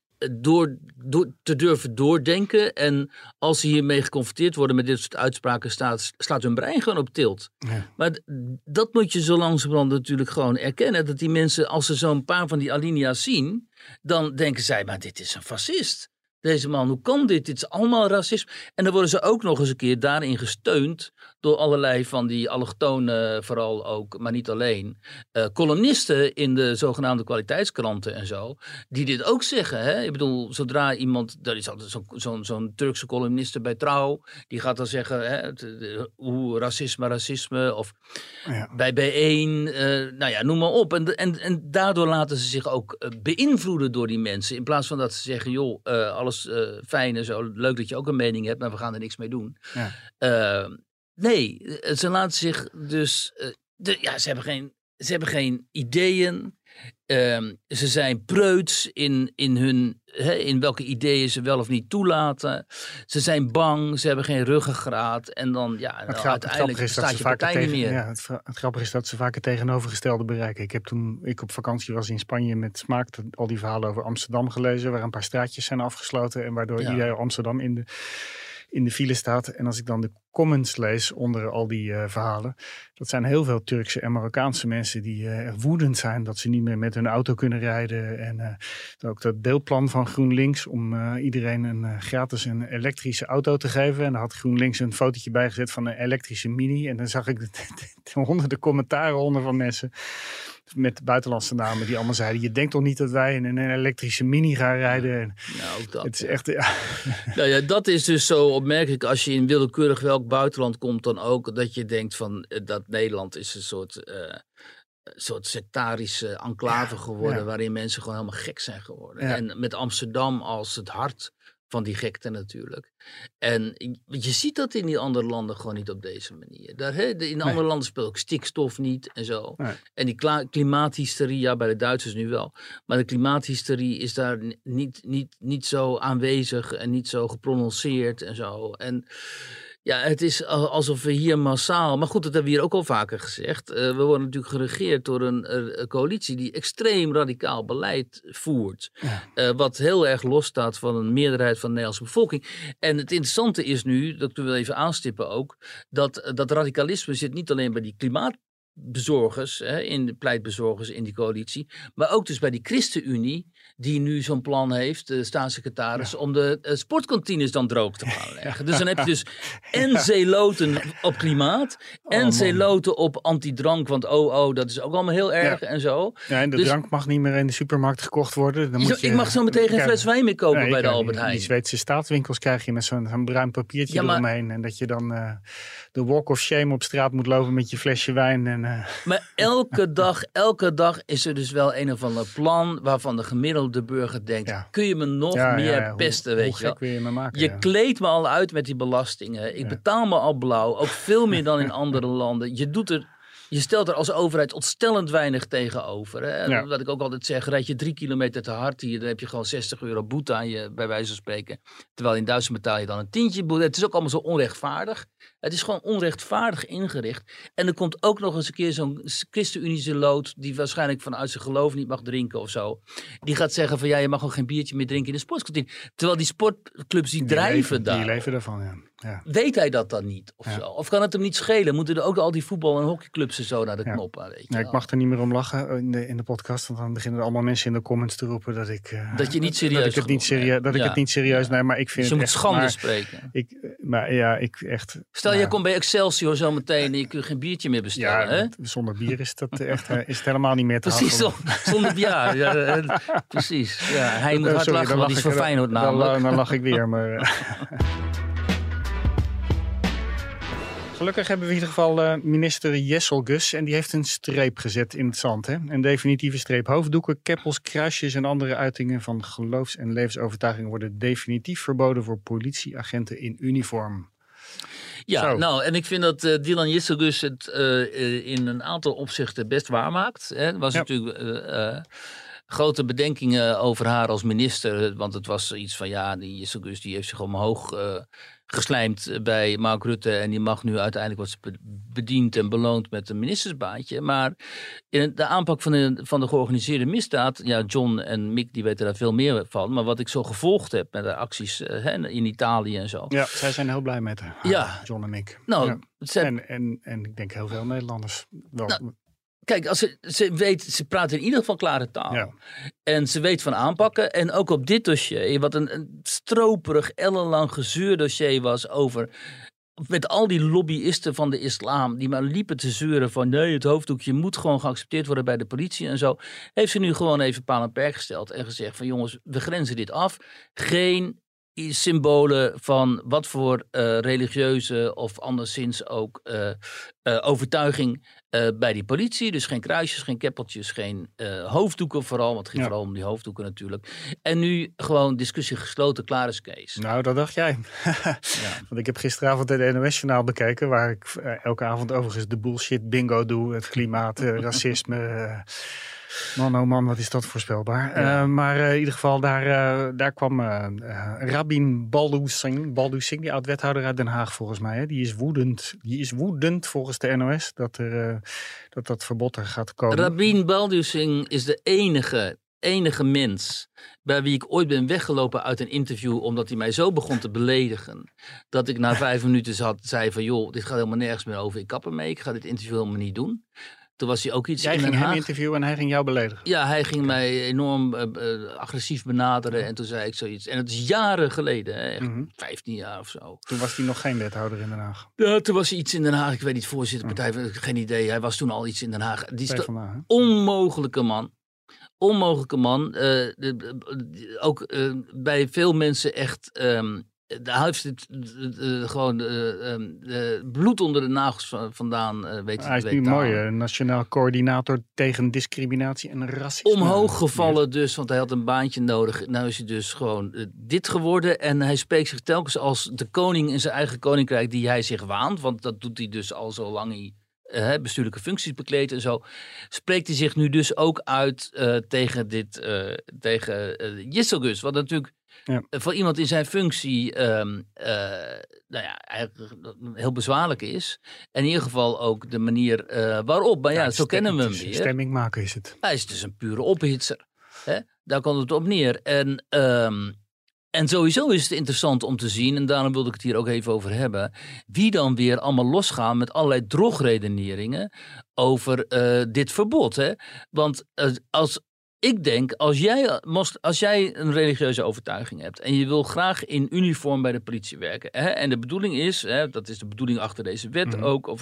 te durven doordenken. En als ze hiermee geconfronteerd worden met dit soort uitspraken, slaat hun brein gewoon op tilt. Ja. Maar dat moet je zo langzamerhand natuurlijk gewoon erkennen. Dat die mensen, als ze zo'n paar van die alinea's zien, dan denken zij, maar dit is een fascist. Deze man, hoe kan dit? Dit is allemaal racisme. En dan worden ze ook nog eens een keer daarin gesteund door allerlei van die allochtonen, vooral ook, maar niet alleen, columnisten in de zogenaamde kwaliteitskranten en zo, die dit ook zeggen. Hè? Ik bedoel, zodra iemand, er is altijd zo'n Turkse columniste bij Trouw, die gaat dan zeggen, hoe racisme, of bij B1, noem maar op. En daardoor laten ze zich ook beïnvloeden door die mensen, in plaats van dat ze zeggen, joh, alles fijn en zo, leuk dat je ook een mening hebt, maar we gaan er niks mee doen. Ja. Nee, ze laten zich dus... ze hebben geen ideeën. Ze zijn preuts in welke ideeën ze wel of niet toelaten. Ze zijn bang, ze hebben geen ruggengraat. En dan, uiteindelijk staat je partij niet meer. Ja, het grappige is dat ze vaak het tegenovergestelde bereiken. Toen ik op vakantie was in Spanje met smaak al die verhalen over Amsterdam gelezen, waar een paar straatjes zijn afgesloten en waardoor iedereen Amsterdam in de file staat. En als ik dan de comments lees onder al die verhalen, dat zijn heel veel Turkse en Marokkaanse mensen die woedend zijn dat ze niet meer met hun auto kunnen rijden. En ook dat deelplan van GroenLinks om iedereen gratis een elektrische auto te geven. En daar had GroenLinks een fotootje bijgezet van een elektrische Mini. En dan zag ik de honderden commentaren onder van mensen met buitenlandse namen die allemaal zeiden, je denkt toch niet dat wij in een elektrische Mini gaan rijden? Nou, ook dat. Het is echt... Nou ja, dat is dus zo opmerkelijk als je in willekeurig welk buitenland komt dan ook, dat je denkt van dat Nederland is een soort sectarische enclave geworden, waarin mensen gewoon helemaal gek zijn geworden. Ja. En met Amsterdam als het hart van die gekte natuurlijk. En je ziet dat in die andere landen gewoon niet op deze manier. In andere landen speelt ook stikstof niet en zo. Nee. En die klimaathysterie, bij de Duitsers nu wel. Maar de klimaathysterie is daar niet zo aanwezig en niet zo geprononceerd en zo. En ja, het is alsof we hier massaal... Maar goed, dat hebben we hier ook al vaker gezegd. We worden natuurlijk geregeerd door een coalitie die extreem radicaal beleid voert. Ja. Wat heel erg losstaat van een meerderheid van de Nederlandse bevolking. En het interessante is nu, dat we wel even aanstippen ook, dat radicalisme zit niet alleen bij die klimaatbezorgers, de pleitbezorgers in die coalitie, maar ook dus bij die ChristenUnie, die nu zo'n plan heeft, de staatssecretaris, om de sportkantines dan droog te gaan leggen. Dus dan heb je dus zeeloten op klimaat en zeeloten op antidrank, want dat is ook allemaal heel erg en zo. Ja, en de drank mag niet meer in de supermarkt gekocht worden. Dan ik mag zo meteen geen fles wijn meer kopen bij de Albert Heijn. Die Zweedse staatswinkels krijg je met zo'n bruin papiertje eromheen en dat je dan de walk of shame op straat moet lopen met je flesje wijn. Maar elke dag is er dus wel een of ander plan waarvan de gemiddelde burger denkt, kun je me nog meer pesten, weet je wel. Wil je me maken, je kleedt me al uit met die belastingen. Ik betaal me al blauw, ook veel meer dan in andere landen. Je stelt er als overheid ontstellend weinig tegenover. Hè? Ja. Wat ik ook altijd zeg, rijd je 3 kilometer te hard hier, dan heb je gewoon €60 boete aan je, bij wijze van spreken. Terwijl in Duitsland betaal je dan een tientje boete. Het is ook allemaal zo onrechtvaardig. Het is gewoon onrechtvaardig ingericht. En er komt ook nog eens een keer zo'n ChristenUnie lood, die waarschijnlijk vanuit zijn geloof niet mag drinken of zo. Die gaat zeggen van je mag ook geen biertje meer drinken in de sportkantine. Terwijl die sportclubs die drijven daar. Die leven daarvan, ja. Ja. Weet hij dat dan niet? Of, Ja. zo? Of kan het hem niet schelen? Moeten er ook al die voetbal- en hockeyclubs en zo naar de knoppen? Weet je Ja, ik wel? mag er niet meer om lachen in de podcast. Want dan beginnen er allemaal mensen in de comments te roepen dat ik... Dat je niet serieus dat ik het niet genomen serieus, bent. dat ik Ja. het niet serieus neem. Maar ik Dus vind je het moet echt... schande maar spreken. ik echt... Stel, jij komt bij Excelsior zo meteen en je kunt geen biertje meer bestellen. Hè? Zonder bier is dat echt is het helemaal niet meer te Precies, hachelen. zonder ja, precies. Ja, hij moet hard Sorry, lachen, dan want die is lach voor ik- Feyenoord dan- namelijk. Dan lach ik weer, maar... Gelukkig hebben we in ieder geval minister Jesselgus. En die heeft een streep gezet in het zand. Hè? Een definitieve streep. Hoofddoeken, keppels, kruisjes en andere uitingen van geloofs- en levensovertuigingen worden definitief verboden voor politieagenten in uniform. Ja, Zo. nou, en ik vind dat Dylan Jesselgus het in een aantal opzichten best waarmaakt. Hè. Er was natuurlijk grote bedenkingen over haar als minister. Want het was iets van, ja, die Jesselgus die heeft zich omhoog geslijmd bij Mark Rutte. En die mag nu uiteindelijk wordt ze bediend en beloond met een ministersbaantje. Maar in de aanpak van de georganiseerde misdaad, ja, John en Mick die weten daar veel meer van. Maar wat ik zo gevolgd heb met de acties in Italië en zo. Ja, zij zijn heel blij met haar, Ja. John en Mick. Nou, Ja. ze- En ik denk heel veel Nederlanders. Wel, Nou, Kijk, als ze praat in ieder geval klare taal. ja. En ze weet van aanpakken. En ook op dit dossier, wat een stroperig, ellenlang gezeurdossier was over... Met al die lobbyisten van de islam die maar liepen te zeuren van... nee, het hoofddoekje moet gewoon geaccepteerd worden bij de politie en zo. Heeft ze nu gewoon even paal en perk gesteld en gezegd van... jongens, we grenzen dit af. Geen symbolen van wat voor religieuze of anderszins ook overtuiging bij die politie. Dus geen kruisjes, geen keppeltjes, geen hoofddoeken vooral. Want het ging vooral om die hoofddoeken natuurlijk. En nu gewoon discussie gesloten, klaar is Kees. Nou, dat dacht jij. Want ik heb gisteravond het NOS-journaal bekeken... waar ik elke avond overigens de bullshit bingo doe. Het klimaat, racisme... Man, oh man, wat is dat voorspelbaar. Ja. Maar in ieder geval, daar kwam Rabin Baldou-Singh, die oud-wethouder uit Den Haag volgens mij. Hè. Die is woedend volgens de NOS dat verbod er gaat komen. Rabin Baldou-Singh is de enige mens bij wie ik ooit ben weggelopen uit een interview omdat hij mij zo begon te beledigen dat ik na 5 minuten zei van joh, dit gaat helemaal nergens meer over, ik kap ermee, ik ga dit interview helemaal niet doen. Toen was hij ook iets Jij in Den ging hem Haag. interviewen en hij ging jou beledigen. Ja, hij ging mij enorm agressief benaderen en toen zei ik zoiets. En het is jaren geleden, hè, echt 15 jaar of zo. Toen was hij nog geen wethouder in Den Haag. Ja, toen was hij iets in Den Haag, ik weet niet, voorzitter, partij, geen idee. Hij was toen al iets in Den Haag. Die is PvdA, hè? onmogelijke man. Onmogelijke man. Ook bij veel mensen echt... hij heeft het gewoon bloed onder de nagels vandaan weten Hij is nu mooi, nationaal coördinator tegen discriminatie en racisme. Omhoog gevallen dus, want hij had een baantje nodig. Nou is hij dus gewoon dit geworden. En hij spreekt zich telkens als de koning in zijn eigen koninkrijk die hij zich waant. Want dat doet hij dus al zolang hij bestuurlijke functies bekleedt en zo. Spreekt hij zich nu dus ook uit tegen Jesselgus. Wat natuurlijk voor iemand in zijn functie eigenlijk heel bezwaarlijk is. En in ieder geval ook de manier waarop. Maar ja, zo kennen we hem weer. Stemming maken is het. Hij is dus een pure ophitser. Hè? Daar komt het op neer. En sowieso is het interessant om te zien, en daarom wilde ik het hier ook even over hebben, wie dan weer allemaal losgaan met allerlei drogredeneringen over dit verbod. Hè? Want ik denk, als jij een religieuze overtuiging hebt en je wil graag in uniform bij de politie werken, hè, en de bedoeling is, dat is de bedoeling achter deze wet ook,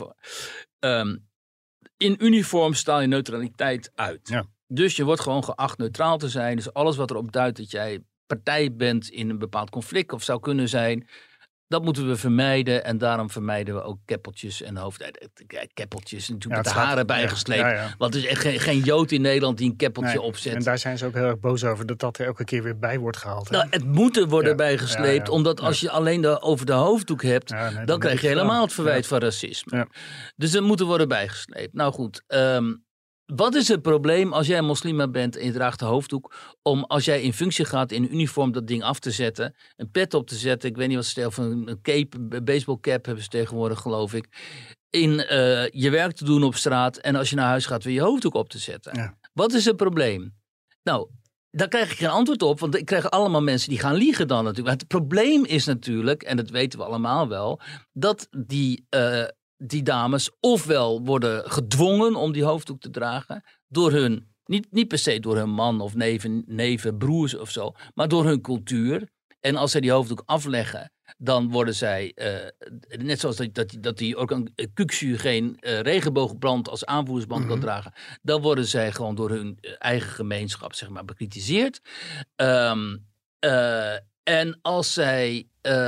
in uniform straal je neutraliteit uit. Ja. Dus je wordt gewoon geacht neutraal te zijn. Dus alles wat erop duidt dat jij partij bent in een bepaald conflict of zou kunnen zijn, dat moeten we vermijden. En daarom vermijden we ook keppeltjes en keppeltjes natuurlijk met de haren bijgesleept. Ja. Want er is echt geen Jood in Nederland die een keppeltje opzet. En daar zijn ze ook heel erg boos over dat er elke keer weer bij wordt gehaald. Hè? Nou, het moet er worden bijgesleept, omdat als je alleen over de hoofddoek hebt, dan krijg je helemaal het verwijt van racisme. Ja. Dus het moet er worden bijgesleept. Nou goed, wat is het probleem als jij moslima bent en je draagt de hoofddoek, om als jij in functie gaat in uniform dat ding af te zetten, een pet op te zetten, ik weet niet wat ze stellen, van een cape, een baseballcap hebben ze tegenwoordig geloof ik, in je werk te doen op straat en als je naar huis gaat weer je hoofddoek op te zetten. Ja. Wat is het probleem? Nou, Daar krijg ik geen antwoord op, want ik krijg allemaal mensen die gaan liegen dan natuurlijk. Maar het probleem is natuurlijk, en dat weten we allemaal wel, dat die dames ofwel worden gedwongen om die hoofddoek te dragen door hun, niet per se door hun man of neven, broers of zo, maar door hun cultuur. En als zij die hoofddoek afleggen, dan worden zij, net zoals dat die Orkan Kuksu geen regenboogbrand als aanvoersband kan dragen, dan worden zij gewoon door hun eigen gemeenschap, zeg maar, bekritiseerd. En als zij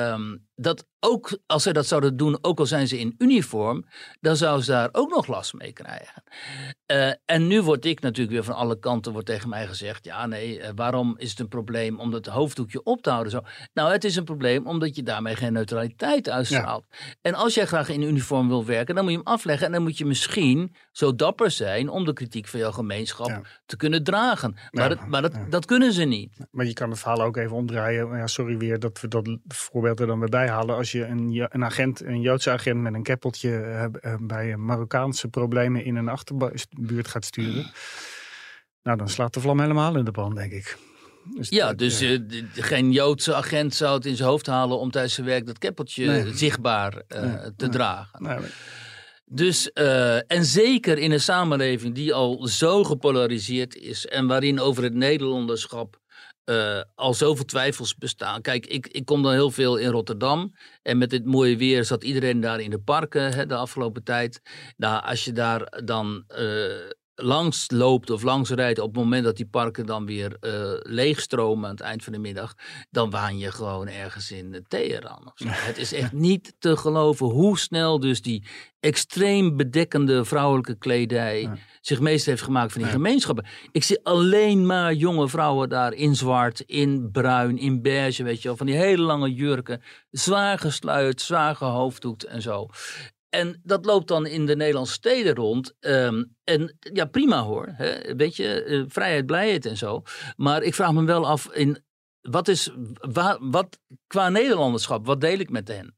dat zouden doen, ook al zijn ze in uniform, dan zou ze daar ook nog last mee krijgen. En nu word ik natuurlijk weer van alle kanten tegen mij gezegd, ja nee, waarom is het een probleem om dat hoofddoekje op te houden? Zo? Nou, het is een probleem omdat je daarmee geen neutraliteit uitstraalt. Ja. En als jij graag in uniform wil werken, dan moet je hem afleggen en dan moet je misschien zo dapper zijn om de kritiek van jouw gemeenschap te kunnen dragen. Maar dat kunnen ze niet. Maar je kan het verhaal ook even omdraaien. Ja, sorry weer dat we dat voorbeeld er dan weer bij halen. Als je een Joodse agent met een keppeltje bij Marokkaanse problemen in een achterbuurt gaat sturen, nou dan slaat de vlam helemaal in de pan, denk ik. Dus geen Joodse agent zou het in zijn hoofd halen om tijdens zijn werk dat keppeltje zichtbaar te dragen. Nee. Dus, en zeker in een samenleving die al zo gepolariseerd is en waarin over het Nederlanderschap al zoveel twijfels bestaan. Kijk, ik kom dan heel veel in Rotterdam. En met dit mooie weer zat iedereen daar in de parken de afgelopen tijd. Nou, als je daar dan langs loopt of langs rijdt op het moment dat die parken dan weer leegstromen aan het eind van de middag, dan waan je gewoon ergens in Teheran. Of zo. Het is echt niet te geloven hoe snel dus die extreem bedekkende vrouwelijke kledij zich meester heeft gemaakt van die gemeenschappen. Ik zie alleen maar jonge vrouwen daar in zwart, in bruin, in beige, weet je wel, van die hele lange jurken, zwaar gesluierd, zwaar gehoofddoekt en zo. En dat loopt dan in de Nederlandse steden rond. En ja, prima hoor. Hè? Weet je, vrijheid, blijheid en zo. Maar ik vraag me wel af, wat qua Nederlanderschap, wat deel ik met hen?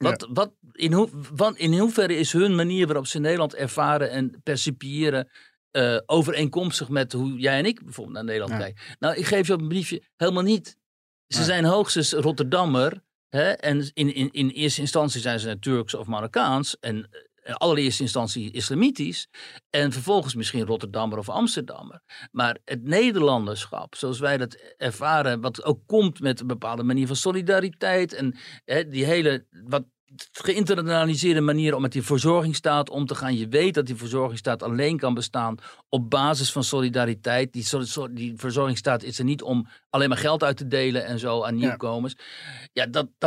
In hoeverre is hun manier waarop ze Nederland ervaren en percipiëren overeenkomstig met hoe jij en ik bijvoorbeeld naar Nederland kijken? Nou, ik geef je op een briefje helemaal niet. Ze zijn hoogstens Rotterdammer. En in eerste instantie zijn ze Turks of Marokkaans. En in allereerste instantie islamitisch. En vervolgens misschien Rotterdammer of Amsterdammer. Maar het Nederlanderschap, zoals wij dat ervaren, wat ook komt met een bepaalde manier van solidariteit. En die hele wat geïnternaliseerde manier om met die verzorgingsstaat om te gaan. Je weet dat die verzorgingsstaat alleen kan bestaan op basis van solidariteit. Die verzorgingsstaat is er niet om alleen maar geld uit te delen en zo aan nieuwkomers. Ja,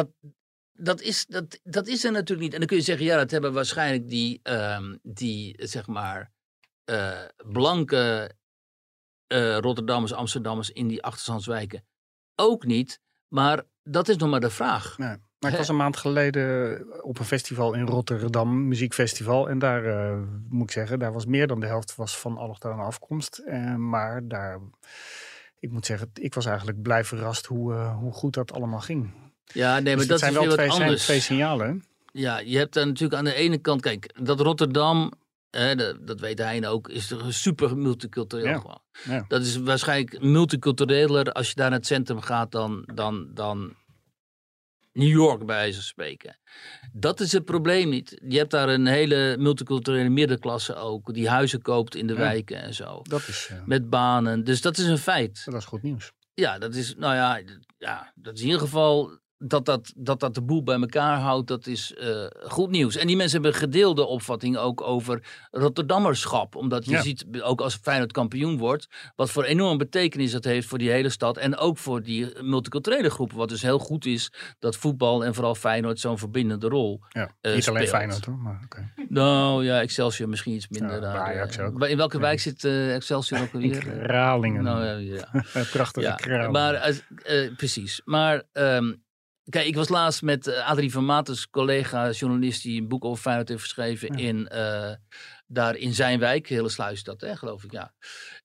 dat is er natuurlijk niet. En dan kun je zeggen, ja, dat hebben waarschijnlijk die zeg maar blanke Rotterdammers, Amsterdammers in die achterstandswijken ook niet. Maar dat is nog maar de vraag. Nee. Maar ik was een maand geleden op een festival in Rotterdam, muziekfestival. En daar moet ik zeggen, daar was meer dan de helft van allochtone afkomst. Maar daar, ik moet zeggen, ik was eigenlijk blij verrast hoe goed dat allemaal ging. Ja, nee, maar dus dat is weer wat anders. Zijn twee signalen. Hè? Ja, je hebt dan natuurlijk aan de ene kant, kijk, dat Rotterdam, dat weet Hein ook, is super multicultureel gewoon. Ja. Dat is waarschijnlijk multicultureler als je daar naar het centrum gaat dan New York bij wijze van spreken. Dat is het probleem niet. Je hebt daar een hele multiculturele middenklasse ook, die huizen koopt in de wijken en zo. Dat is, met banen. Dus dat is een feit. Dat is goed nieuws. Ja, dat is, dat is in ieder geval dat de boel bij elkaar houdt, dat is goed nieuws. En die mensen hebben gedeelde opvatting ook over Rotterdammerschap. Omdat je ziet, ook als Feyenoord kampioen wordt, wat voor enorm betekenis dat heeft voor die hele stad. En ook voor die multiculturele groepen. Wat dus heel goed is, dat voetbal en vooral Feyenoord zo'n verbindende rol niet speelt. alleen Feyenoord hoor, maar oké. Nou ja, Excelsior misschien iets minder. In welke wijk zit Excelsior ook alweer? In Kralingen. Nou, prachtige Kralingen. Maar precies. Maar kijk, ik was laatst met Adrie van Matus, collega, journalist die een boek over Feyenoord heeft geschreven daar in zijn wijk, Hele Sluisstad, geloof ik, ja.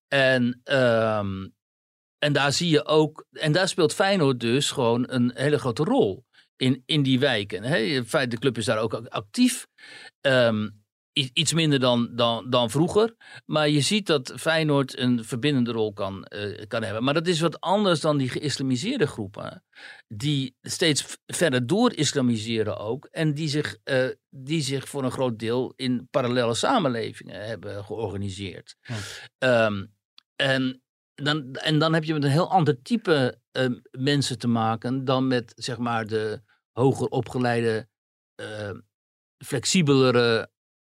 En daar zie je ook, en daar speelt Feyenoord dus gewoon een hele grote rol in die wijken. De club is daar ook actief. iets minder dan vroeger. Maar je ziet dat Feyenoord een verbindende rol kan hebben. Maar dat is wat anders dan die geïslamiseerde groepen. Die steeds verder door-islamiseren ook. En die zich voor een groot deel in parallele samenlevingen hebben georganiseerd. En dan heb je met een heel ander type mensen te maken dan met, zeg maar, de hoger opgeleide, flexibelere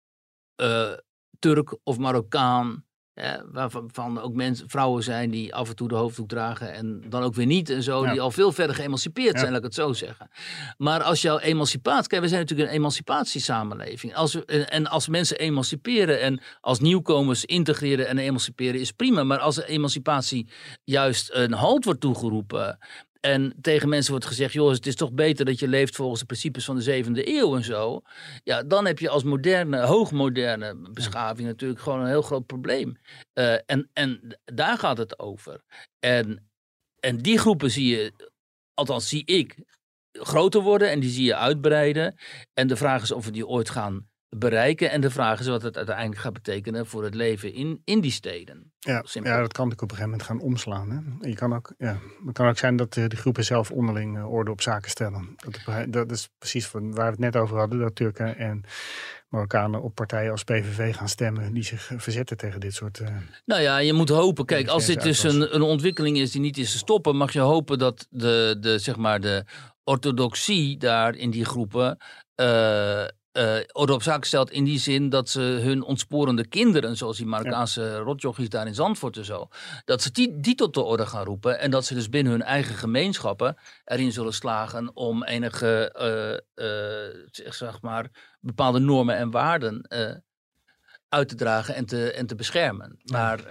Turk of Marokkaan. Waarvan ook vrouwen zijn die af en toe de hoofddoek dragen en dan ook weer niet en zo. Ja. Die al veel verder geëmancipeerd zijn, laat ik het zo zeggen. Maar als jouw emancipatie... Kijk, we zijn natuurlijk een emancipatiesamenleving. Als mensen emanciperen en als nieuwkomers integreren en emanciperen is prima. Maar als de emancipatie juist een halt wordt toegeroepen... En tegen mensen wordt gezegd, joh, het is toch beter dat je leeft volgens de principes van de 7e eeuw en zo. Ja, dan heb je als hoogmoderne beschaving natuurlijk gewoon een heel groot probleem. En daar gaat het over. En die groepen zie ik, groter worden en die zie je uitbreiden. En de vraag is of we die ooit gaan bereiken. En de vraag is wat het uiteindelijk gaat betekenen voor het leven in die steden. Ja, dat kan natuurlijk op een gegeven moment gaan omslaan. Hè? Het kan ook zijn dat de groepen zelf onderling orde op zaken stellen. Dat is precies waar we het net over hadden. Dat Turken en Marokkanen op partijen als PVV gaan stemmen die zich verzetten tegen dit soort... Nou ja, je moet hopen. Kijk, als dit dus een ontwikkeling is die niet is te stoppen, mag je hopen dat de orthodoxie daar in die groepen orde op zaken stelt in die zin dat ze hun ontsporende kinderen, zoals die Marokkaanse rotjochies daar in Zandvoort en zo, dat ze die tot de orde gaan roepen en dat ze dus binnen hun eigen gemeenschappen erin zullen slagen om enige, zeg maar, bepaalde normen en waarden uit te dragen en te beschermen. Maar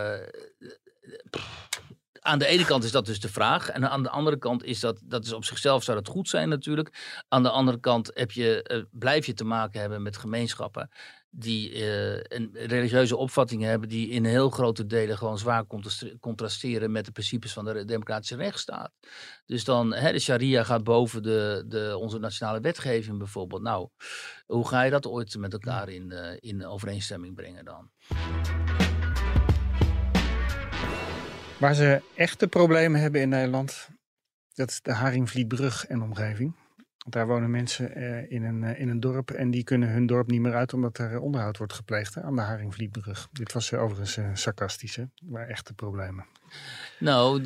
aan de ene kant is dat dus de vraag. En aan de andere kant is dat is op zichzelf zou dat goed zijn natuurlijk. Aan de andere kant blijf je te maken hebben met gemeenschappen die een religieuze opvattingen hebben die in heel grote delen gewoon zwaar contrasteren met de principes van de democratische rechtsstaat. Dus dan, de sharia gaat boven onze nationale wetgeving bijvoorbeeld. Nou, hoe ga je dat ooit met elkaar in overeenstemming brengen dan? Waar ze echte problemen hebben in Nederland, dat is de Haringvlietbrug en omgeving. Want daar wonen mensen in een dorp en die kunnen hun dorp niet meer uit omdat er onderhoud wordt gepleegd aan de Haringvlietbrug. Dit was overigens sarcastisch, hè? Maar echte problemen. Nou,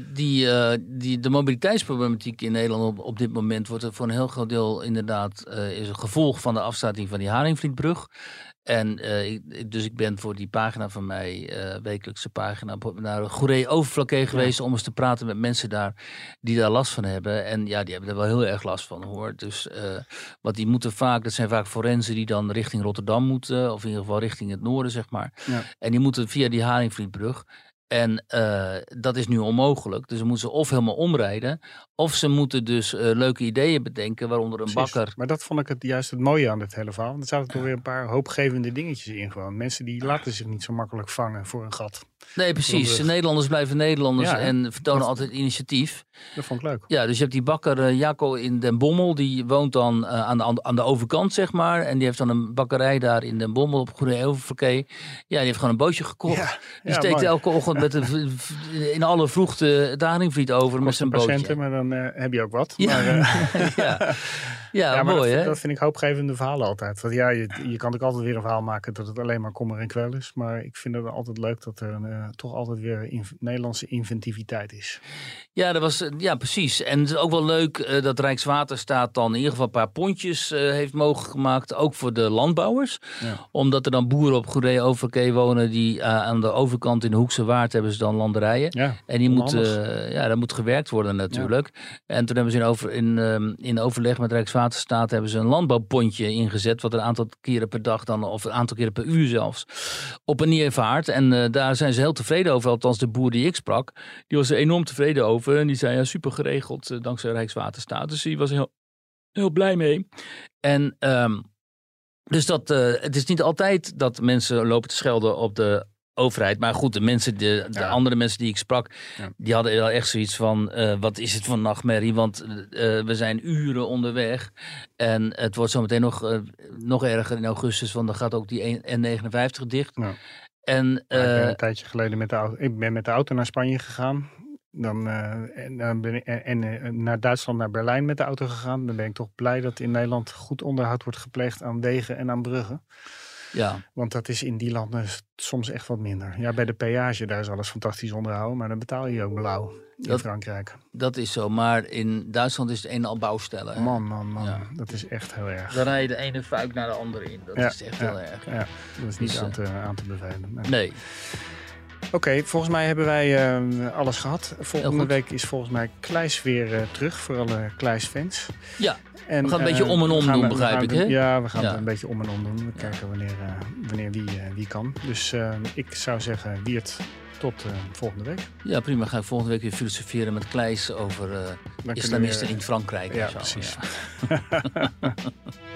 de mobiliteitsproblematiek in Nederland op dit moment wordt voor een heel groot deel inderdaad is een gevolg van de afsluiting van die Haringvlietbrug. En dus ik ben voor die pagina van mij, wekelijkse pagina, naar Goeree-Overflakkee geweest om eens te praten met mensen daar die daar last van hebben. En ja, die hebben er wel heel erg last van, hoor. Dus want die moeten vaak, dat zijn vaak forensen die dan richting Rotterdam moeten, of in ieder geval richting het noorden, zeg maar. Ja. En die moeten via die Haringvlietbrug. En dat is nu onmogelijk. Dus ze moeten of helemaal omrijden, of ze moeten dus leuke ideeën bedenken, waaronder een bakker. Maar dat vond ik juist het mooie aan dit hele verhaal. Want er zaten toch weer een paar hoopgevende dingetjes in gewoon. Mensen die laten zich niet zo makkelijk vangen voor een gat. Nee, precies. Nederlanders blijven Nederlanders en vertonen altijd initiatief. Dat vond ik leuk. Ja, dus je hebt die bakker Jacco in Den Bommel. Die woont dan aan de overkant, zeg maar. En die heeft dan een bakkerij daar in Den Bommel op Goeree-Overflakkee. Ja, die heeft gewoon een bootje gekocht. Ja, die steekt elke ochtend in alle vroegte het Haringvliet over met zijn bootje. Maar dan heb je ook wat. Ja, maar, ja, mooi, hè? Dat vind ik hoopgevende verhalen altijd. Want ja, je kan ook altijd weer een verhaal maken dat het alleen maar kommer en kwel is. Maar ik vind het altijd leuk dat er toch altijd weer Nederlandse inventiviteit is. Ja, precies. En het is ook wel leuk dat Rijkswaterstaat dan in ieder geval een paar pontjes heeft mogelijk gemaakt. Ook voor de landbouwers. Ja. Omdat er dan boeren op Goeree-Overflakkee wonen die aan de overkant in de Hoekse Waard hebben ze dan landerijen. Ja, en die daar moet gewerkt worden natuurlijk. Ja. En toen hebben ze in overleg met Rijkswaterstaat hebben ze een landbouwpontje ingezet. Wat een aantal keren per dag dan, of een aantal keren per uur zelfs, op en neer vaart. En daar zijn ze heel tevreden over. Althans de boer die ik sprak, die was er enorm tevreden over. En die zei, ja, super geregeld dankzij Rijkswaterstaat. Dus die was heel, heel blij mee. En dus het is niet altijd dat mensen lopen te schelden op de overheid. Maar goed, de andere mensen die ik sprak, die hadden wel echt zoiets van, wat is het voor een nachtmerrie? Want we zijn uren onderweg. En het wordt zometeen nog erger in augustus, want dan gaat ook die N59 dicht. Ja. En, ik ben een tijdje geleden met de auto naar Spanje gegaan. Dan ben ik naar Duitsland, naar Berlijn met de auto gegaan. Dan ben ik toch blij dat in Nederland goed onderhoud wordt gepleegd aan wegen en aan bruggen. Ja. Want dat is in die landen soms echt wat minder. Ja, bij de peage, daar is alles fantastisch onderhouden. Maar dan betaal je ook blauw in Frankrijk. Dat is zo, maar in Duitsland is het een al bouwstellen. Man. Ja. Dat is echt heel erg. Dan rij je de ene fuik naar de andere in. Dat is echt heel erg. Ja, dat is niet aan te bevelen. Nee. Oké, volgens mij hebben wij alles gehad. Volgende week is volgens mij Kleis weer terug voor alle Kleis-fans. Ja, en, we gaan een beetje om en om doen, begrijp ik, hè? Ja, we gaan het een beetje om en om doen. We kijken wanneer wie kan. Dus ik zou zeggen, Wiert, tot volgende week. Ja, prima. Ga ik volgende week weer filosoferen met Kleis over islamisten in Frankrijk. Ja, en zo. Precies. Ja.